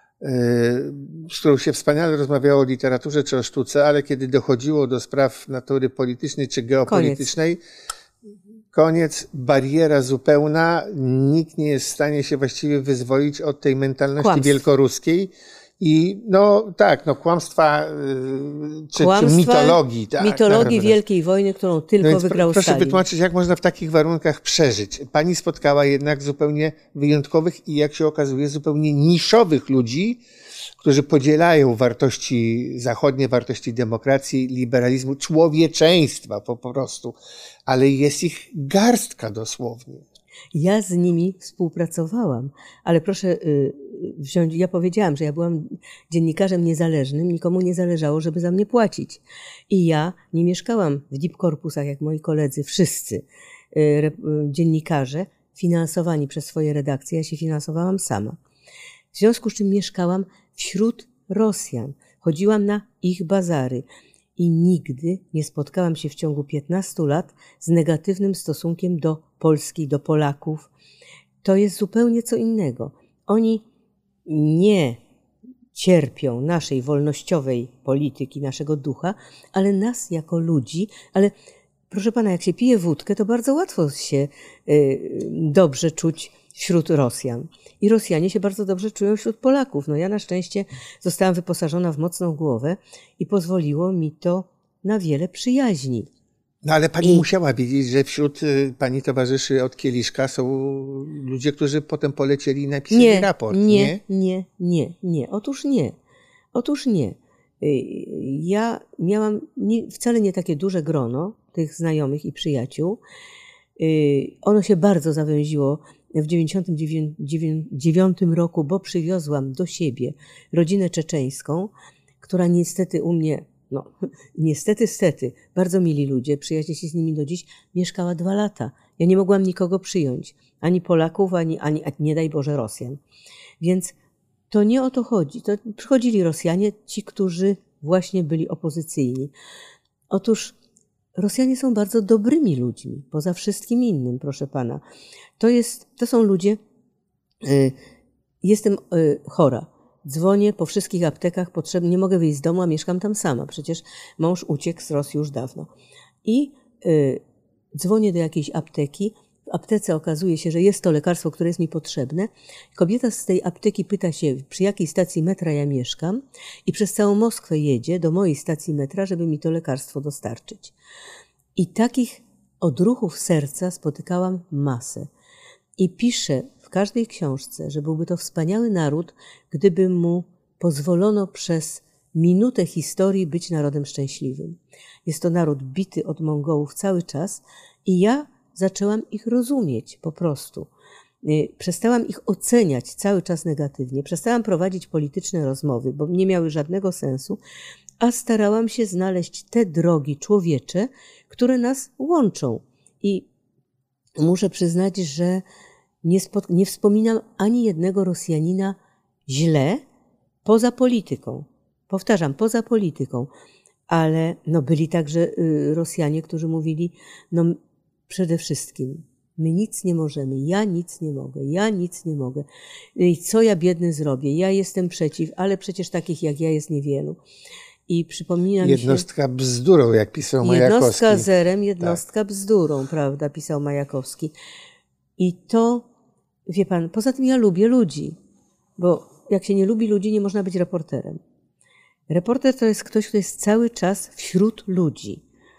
z którą się wspaniale rozmawiało o literaturze czy o sztuce, ale kiedy dochodziło do spraw natury politycznej czy geopolitycznej, koniec, koniec bariera zupełna, nikt nie jest w stanie się właściwie wyzwolić od tej mentalności Kłamstw. wielkoruskiej. I no tak, no kłamstwa, czy, kłamstwa, czy mitologii. Tak, mitologii tak, Wielkiej Wojny, którą tylko no wygrał proszę Stalin. wytłumaczyć, jak można w takich warunkach przeżyć. Pani spotkała jednak zupełnie wyjątkowych i jak się okazuje zupełnie niszowych ludzi, którzy podzielają wartości zachodnie, wartości demokracji, liberalizmu, człowieczeństwa po prostu. Ale jest ich garstka dosłownie. Ja z nimi współpracowałam, ale proszę wziąć, ja powiedziałam, że ja byłam dziennikarzem niezależnym, nikomu nie zależało, żeby za mnie płacić. I ja nie mieszkałam w deep corpusach, jak moi koledzy, wszyscy dziennikarze finansowani przez swoje redakcje, ja się finansowałam sama. W związku z czym mieszkałam wśród Rosjan, chodziłam na ich bazary. I nigdy nie spotkałam się w ciągu piętnastu lat z negatywnym stosunkiem do Polski, do Polaków. To jest zupełnie co innego. Oni nie cierpią naszej wolnościowej polityki, naszego ducha, ale nas jako ludzi. Ale proszę pana, jak się pije wódkę, to bardzo łatwo się y, dobrze czuć wśród Rosjan. I Rosjanie się bardzo dobrze czują wśród Polaków. No ja na szczęście zostałam wyposażona w mocną głowę i pozwoliło mi to na wiele przyjaźni. No ale pani I... musiała wiedzieć, że wśród pani towarzyszy od Kieliszka są ludzie, którzy potem polecieli i napisali nie, raport. Nie, nie, nie, nie, nie. Otóż nie. Otóż nie. Ja miałam nie, wcale nie takie duże grono tych znajomych i przyjaciół. Ono się bardzo zawęziło w dziewięćdziesiątym dziewiątym roku, bo przywiozłam do siebie rodzinę czeczeńską, która niestety u mnie no niestety, stety, bardzo mili ludzie, przyjaźnię się z nimi do dziś, mieszkała dwa lata. Ja nie mogłam nikogo przyjąć, ani Polaków, ani, ani nie daj Boże Rosjan. Więc to nie o to chodzi. To przychodzili Rosjanie, ci, którzy właśnie byli opozycyjni. Otóż Rosjanie są bardzo dobrymi ludźmi, poza wszystkim innym, proszę pana. To, jest, to są ludzie, y, jestem y, chora, dzwonię po wszystkich aptekach, potrzebne, nie mogę wyjść z domu, a mieszkam tam sama. Przecież mąż uciekł z Rosji już dawno. I y, dzwonię do jakiejś apteki, w aptece okazuje się, że jest to lekarstwo, które jest mi potrzebne. Kobieta z tej apteki pyta się, przy jakiej stacji metra ja mieszkam i przez całą Moskwę jedzie do mojej stacji metra, żeby mi to lekarstwo dostarczyć. I takich odruchów serca spotykałam masę. I piszę w każdej książce, że byłby to wspaniały naród, gdyby mu pozwolono przez minutę historii być narodem szczęśliwym. Jest to naród bity od Mongołów cały czas i ja zaczęłam ich rozumieć po prostu. Przestałam ich oceniać cały czas negatywnie, przestałam prowadzić polityczne rozmowy, bo nie miały żadnego sensu, a starałam się znaleźć te drogi człowiecze, które nas łączą. I muszę przyznać, że nie, spod... nie wspominam ani jednego Rosjanina źle poza polityką. Powtarzam, poza polityką. Ale no, byli także Rosjanie, którzy mówili, no przede wszystkim my nic nie możemy, ja nic nie mogę, ja nic nie mogę. I co ja biedny zrobię? Ja jestem przeciw, ale przecież takich jak ja jest niewielu. I przypominam Jednostka się, bzdurą, jak pisał Majakowski. Jednostka zerem, jednostka tak. bzdurą, prawda, pisał Majakowski. I to, wie pan, poza tym ja lubię ludzi, bo jak się nie lubi ludzi, nie można być reporterem. Reporter to jest ktoś, kto jest cały czas wśród ludzi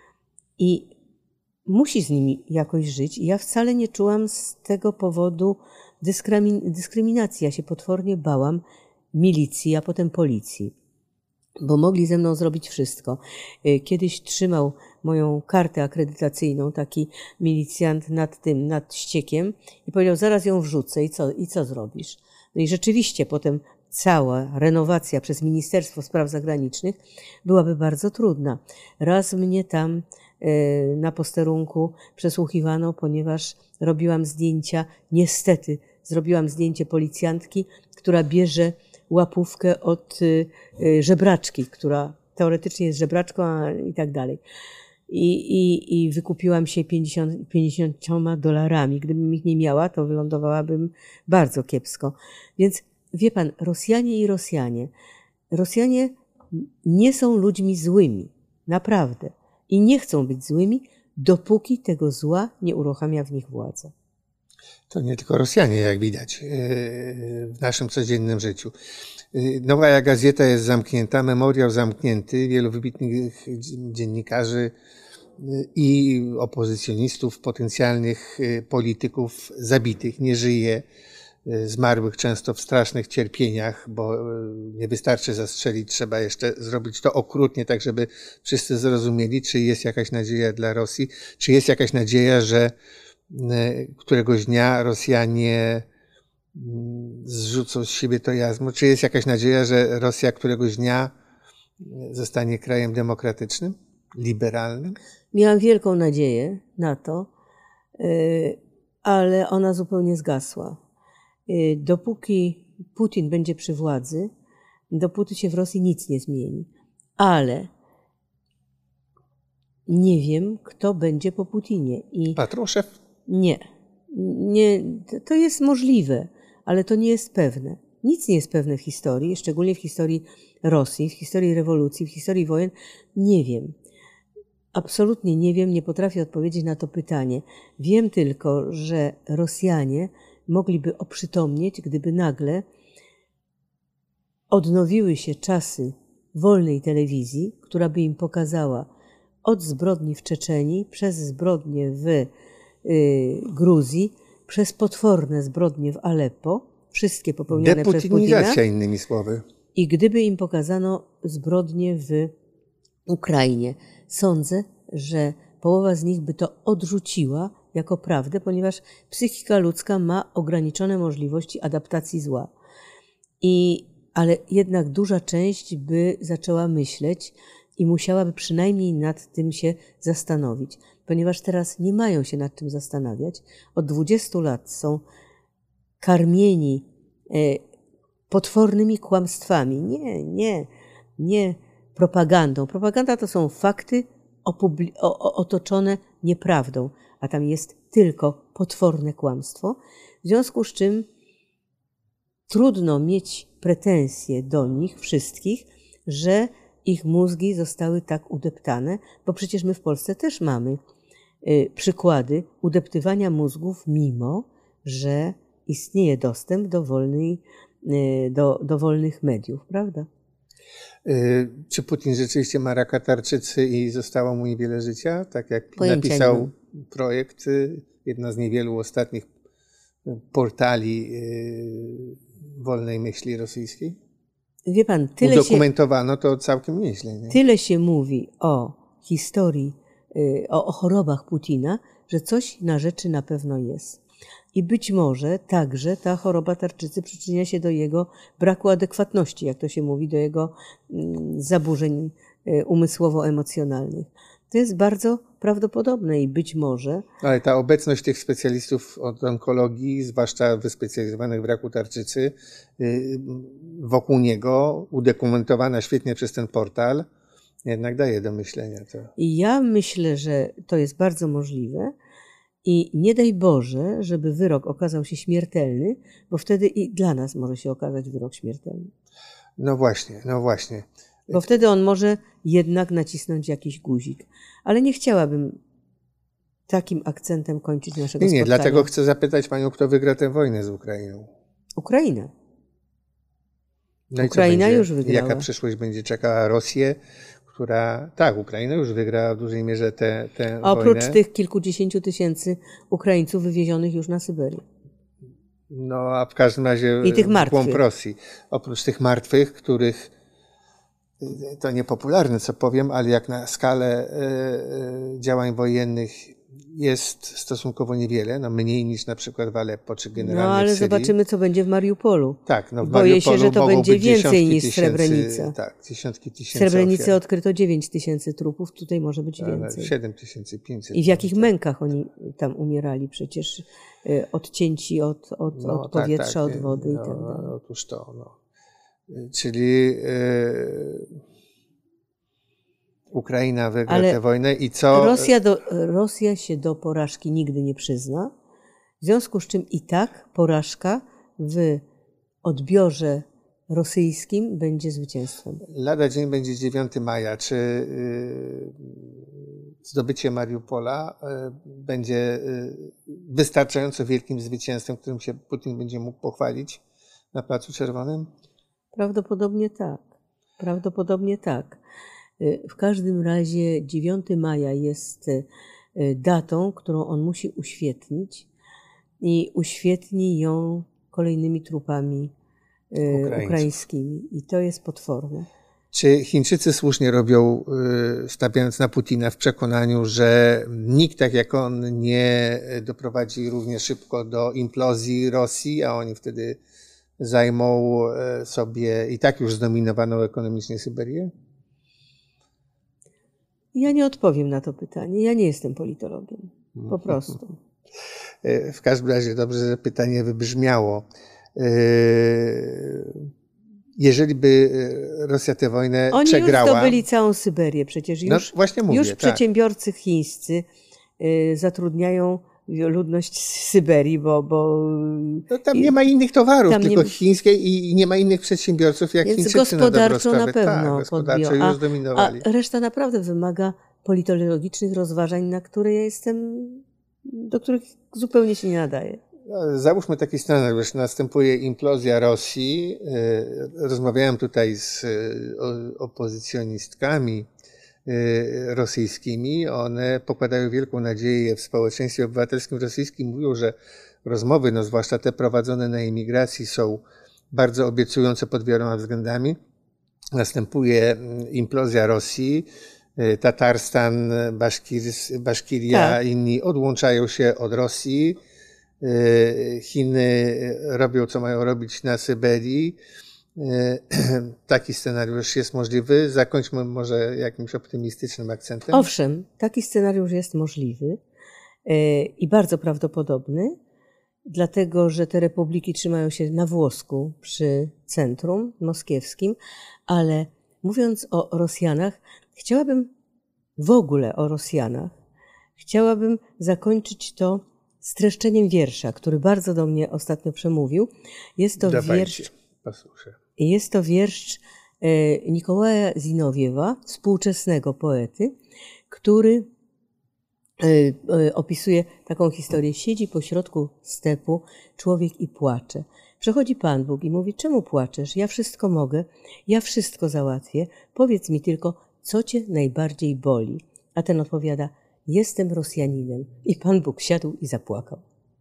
i musi z nimi jakoś żyć. I ja wcale nie czułam z tego powodu dyskryminacji. Ja się potwornie bałam milicji, a potem policji, bo mogli ze mną zrobić wszystko. Kiedyś trzymał moją kartę akredytacyjną taki milicjant nad tym, nad ściekiem i powiedział, zaraz ją wrzucę i co, i co zrobisz? No i rzeczywiście potem cała renowacja przez Ministerstwo Spraw Zagranicznych byłaby bardzo trudna. Raz mnie tam na posterunku przesłuchiwano, ponieważ robiłam zdjęcia, niestety zrobiłam zdjęcie policjantki, która bierze łapówkę od żebraczki, która teoretycznie jest żebraczką a i tak dalej. I, i, i wykupiłam się pięćdziesięcioma dolarami. Gdybym ich nie miała, to wylądowałabym bardzo kiepsko. Więc wie pan, Rosjanie i Rosjanie. Rosjanie nie są ludźmi złymi, naprawdę. I nie chcą być złymi, dopóki tego zła nie uruchamia w nich władza. To nie tylko Rosjanie, jak widać, w naszym codziennym życiu. Nowa Gazeta jest zamknięta, Memoriał zamknięty, wielu wybitnych dziennikarzy i opozycjonistów, potencjalnych polityków zabitych, nie żyje, zmarłych często w strasznych cierpieniach, bo nie wystarczy zastrzelić, trzeba jeszcze zrobić to okrutnie, tak żeby wszyscy zrozumieli, czy jest jakaś nadzieja dla Rosji, czy jest jakaś nadzieja, że któregoś dnia Rosjanie zrzucą z siebie to jarzmo, czy jest jakaś nadzieja, że Rosja któregoś dnia zostanie krajem demokratycznym, liberalnym? Miałam wielką nadzieję na to, ale ona zupełnie zgasła. Dopóki Putin będzie przy władzy, dopóty się w Rosji nic nie zmieni. Ale nie wiem, kto będzie po Putinie. I Patruszew? Nie. nie. To jest możliwe, ale to nie jest pewne. Nic nie jest pewne w historii, szczególnie w historii Rosji, w historii rewolucji, w historii wojen. Nie wiem. Absolutnie nie wiem, nie potrafię odpowiedzieć na to pytanie. Wiem tylko, że Rosjanie mogliby oprzytomnieć, gdyby nagle odnowiły się czasy wolnej telewizji, która by im pokazała od zbrodni w Czeczenii, przez zbrodnie w y, Gruzji, przez potworne zbrodnie w Aleppo, wszystkie popełnione przez Putina. Deputinizacja, innymi słowy. I gdyby im pokazano zbrodnie w Ukrainie, sądzę, że połowa z nich by to odrzuciła jako prawdę, ponieważ psychika ludzka ma ograniczone możliwości adaptacji zła. I, ale jednak duża część by zaczęła myśleć, i musiałaby przynajmniej nad tym się zastanowić, ponieważ teraz nie mają się nad tym zastanawiać. Od dwudziestu lat są karmieni potwornymi kłamstwami. Nie, nie, nie propagandą. Propaganda to są fakty otoczone nieprawdą, a tam jest tylko potworne kłamstwo, w związku z czym trudno mieć pretensje do nich wszystkich, że ich mózgi zostały tak udeptane, bo przecież my w Polsce też mamy y, przykłady udeptywania mózgów, mimo że istnieje dostęp do, wolnej, y, do, do wolnych mediów, prawda? Y, czy Putin rzeczywiście ma raka tarczycy i zostało mu niewiele życia? Tak jak Pojęcia napisał projekt, y, jedna z niewielu ostatnich portali y, wolnej myśli rosyjskiej? Wie pan, tyle udokumentowano się, to całkiem nieźle. Nie? Tyle się mówi o historii, o, o chorobach Putina, że coś na rzeczy na pewno jest. I być może także ta choroba tarczycy przyczynia się do jego braku adekwatności, jak to się mówi, do jego zaburzeń umysłowo-emocjonalnych. To jest bardzo prawdopodobne i być może... Ale ta obecność tych specjalistów od onkologii, zwłaszcza wyspecjalizowanych w raku tarczycy, wokół niego, udokumentowana świetnie przez ten portal, jednak daje do myślenia. To. I ja myślę, że to jest bardzo możliwe i nie daj Boże, żeby wyrok okazał się śmiertelny, bo wtedy i dla nas może się okazać wyrok śmiertelny. No właśnie, no właśnie. Bo wtedy on może jednak nacisnąć jakiś guzik. Ale nie chciałabym takim akcentem kończyć naszego nie, nie, spotkania. Dlatego chcę zapytać panią, kto wygra tę wojnę z Ukrainą. Ukraina. No Ukraina już wygrała. Jaka przyszłość będzie czekała Rosję, która... Tak, Ukraina już wygra w dużej mierze tę wojnę. A oprócz wojnę. tych kilkudziesięciu tysięcy Ukraińców wywiezionych już na Syberię. No, a w każdym razie I tych martwych. W głąb Rosji. Oprócz tych martwych, których... To niepopularne, co powiem, ale jak na skalę y, y, działań wojennych jest stosunkowo niewiele, no mniej niż na przykład w Aleppo czy generalnie No ale w Syrii. Zobaczymy, co będzie w Mariupolu. Tak, no w Boję Mariupolu się, że to będzie więcej niż tysięcy, Srebrenica. Tak, dziesiątki tysięcy W Srebrenicy ofiar. odkryto dziewięć tysięcy trupów, tutaj może być więcej. siedem tysięcy pięćset. I w jakich mękach oni tam umierali przecież, y, odcięci od, od, no, od tak, powietrza, tak, od wody no, i tak dalej. Otóż to, no. Czyli... Y, Ukraina wygra Ale tę wojnę i co... Rosja, do, Rosja się do porażki nigdy nie przyzna, w związku z czym i tak porażka w odbiorze rosyjskim będzie zwycięstwem. Lada dzień będzie dziewiątego maja. Czy y, zdobycie Mariupola y, będzie y, wystarczająco wielkim zwycięstwem, którym się Putin będzie mógł pochwalić na Placu Czerwonym? Prawdopodobnie tak. Prawdopodobnie tak. W każdym razie dziewiątego maja jest datą, którą on musi uświetnić i uświetni ją kolejnymi trupami Ukraińców. ukraińskimi. I to jest potworne. Czy Chińczycy słusznie robią, stawiając na Putina w przekonaniu, że nikt tak jak on nie doprowadzi równie szybko do implozji Rosji, a oni wtedy zajmą sobie i tak już zdominowaną ekonomicznie Syberię? Ja nie odpowiem na to pytanie. Ja nie jestem politologiem. Po prostu. W każdym razie dobrze, że pytanie wybrzmiało. Jeżeli by Rosja tę wojnę Oni przegrała... Oni już zdobyli całą Syberię. Przecież już, no, właśnie mówię, już tak. przedsiębiorcy chińscy zatrudniają ludność z Syberii, bo... bo no, tam nie ma innych towarów, tylko nie... chińskie i nie ma innych przedsiębiorców jak Więc Chińczycy gospodarczo na, na pewno tak, gospodarczo podbiją. już zdominowali. A reszta naprawdę wymaga politologicznych rozważań, na które ja jestem, do których zupełnie się nie nadaje. No, załóżmy taki scenariusz, następuje implozja Rosji. Rozmawiałem tutaj z opozycjonistkami rosyjskimi. One pokładają wielką nadzieję w społeczeństwie obywatelskim rosyjskim. Mówią, że rozmowy, no zwłaszcza te prowadzone na emigracji, są bardzo obiecujące pod wieloma względami. Następuje implozja Rosji. Tatarstan, Baszkir, Baszkiria, tak. Inni odłączają się od Rosji. Chiny robią, co mają robić na Syberii. Taki scenariusz jest możliwy. Zakończmy może jakimś optymistycznym akcentem. Owszem, taki scenariusz jest możliwy i bardzo prawdopodobny, dlatego że te republiki trzymają się na włosku przy centrum moskiewskim, ale mówiąc o Rosjanach, chciałabym w ogóle o Rosjanach, chciałabym zakończyć to streszczeniem wiersza, który bardzo do mnie ostatnio przemówił. Jest to Dawajcie, wiersz, posłuchaj. jest to wiersz Nikołaja Zinowiewa, współczesnego poety, który opisuje taką historię. Siedzi pośrodku stepu człowiek i płacze. Przechodzi Pan Bóg i mówi: czemu płaczesz? Ja wszystko mogę, ja wszystko załatwię. Powiedz mi tylko, co cię najbardziej boli? A ten odpowiada: jestem Rosjaninem. I Pan Bóg siadł i zapłakał.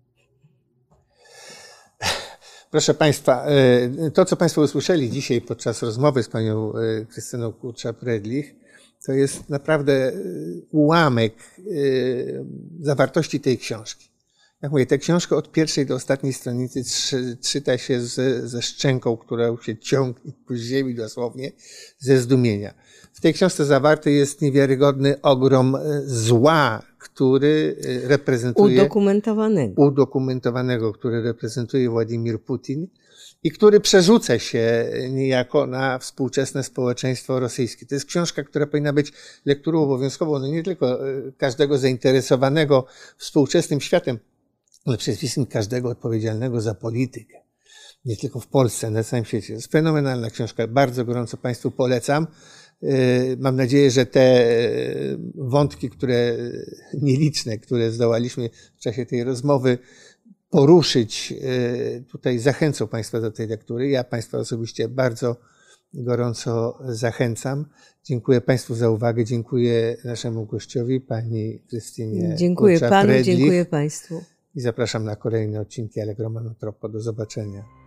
Proszę Państwa, to co Państwo usłyszeli dzisiaj podczas rozmowy z panią Krystyną Kurczak-Redlich, to jest naprawdę ułamek zawartości tej książki. Jak mówię, tę książkę od pierwszej do ostatniej stronicy czyta się z, ze szczęką, która się ciągnie ku ziemi dosłownie, ze zdumienia. W tej książce zawarty jest niewiarygodny ogrom zła, który reprezentuje... Udokumentowanego. Udokumentowanego, który reprezentuje Władimir Putin i który przerzuca się niejako na współczesne społeczeństwo rosyjskie. To jest książka, która powinna być lekturą obowiązkową, no nie tylko każdego zainteresowanego współczesnym światem, ale przede wszystkim każdego odpowiedzialnego za politykę. Nie tylko w Polsce, na całym świecie. To jest fenomenalna książka. Bardzo gorąco Państwu polecam. Mam nadzieję, że te wątki, które nieliczne, które zdołaliśmy w czasie tej rozmowy poruszyć, tutaj zachęcą Państwa do tej lektury. Ja Państwa osobiście bardzo gorąco zachęcam. Dziękuję Państwu za uwagę. Dziękuję naszemu gościowi, pani Krystynie. Dziękuję Panu, dziękuję Państwu. I zapraszam na kolejne odcinki Allegro Mano Troppo. Do zobaczenia.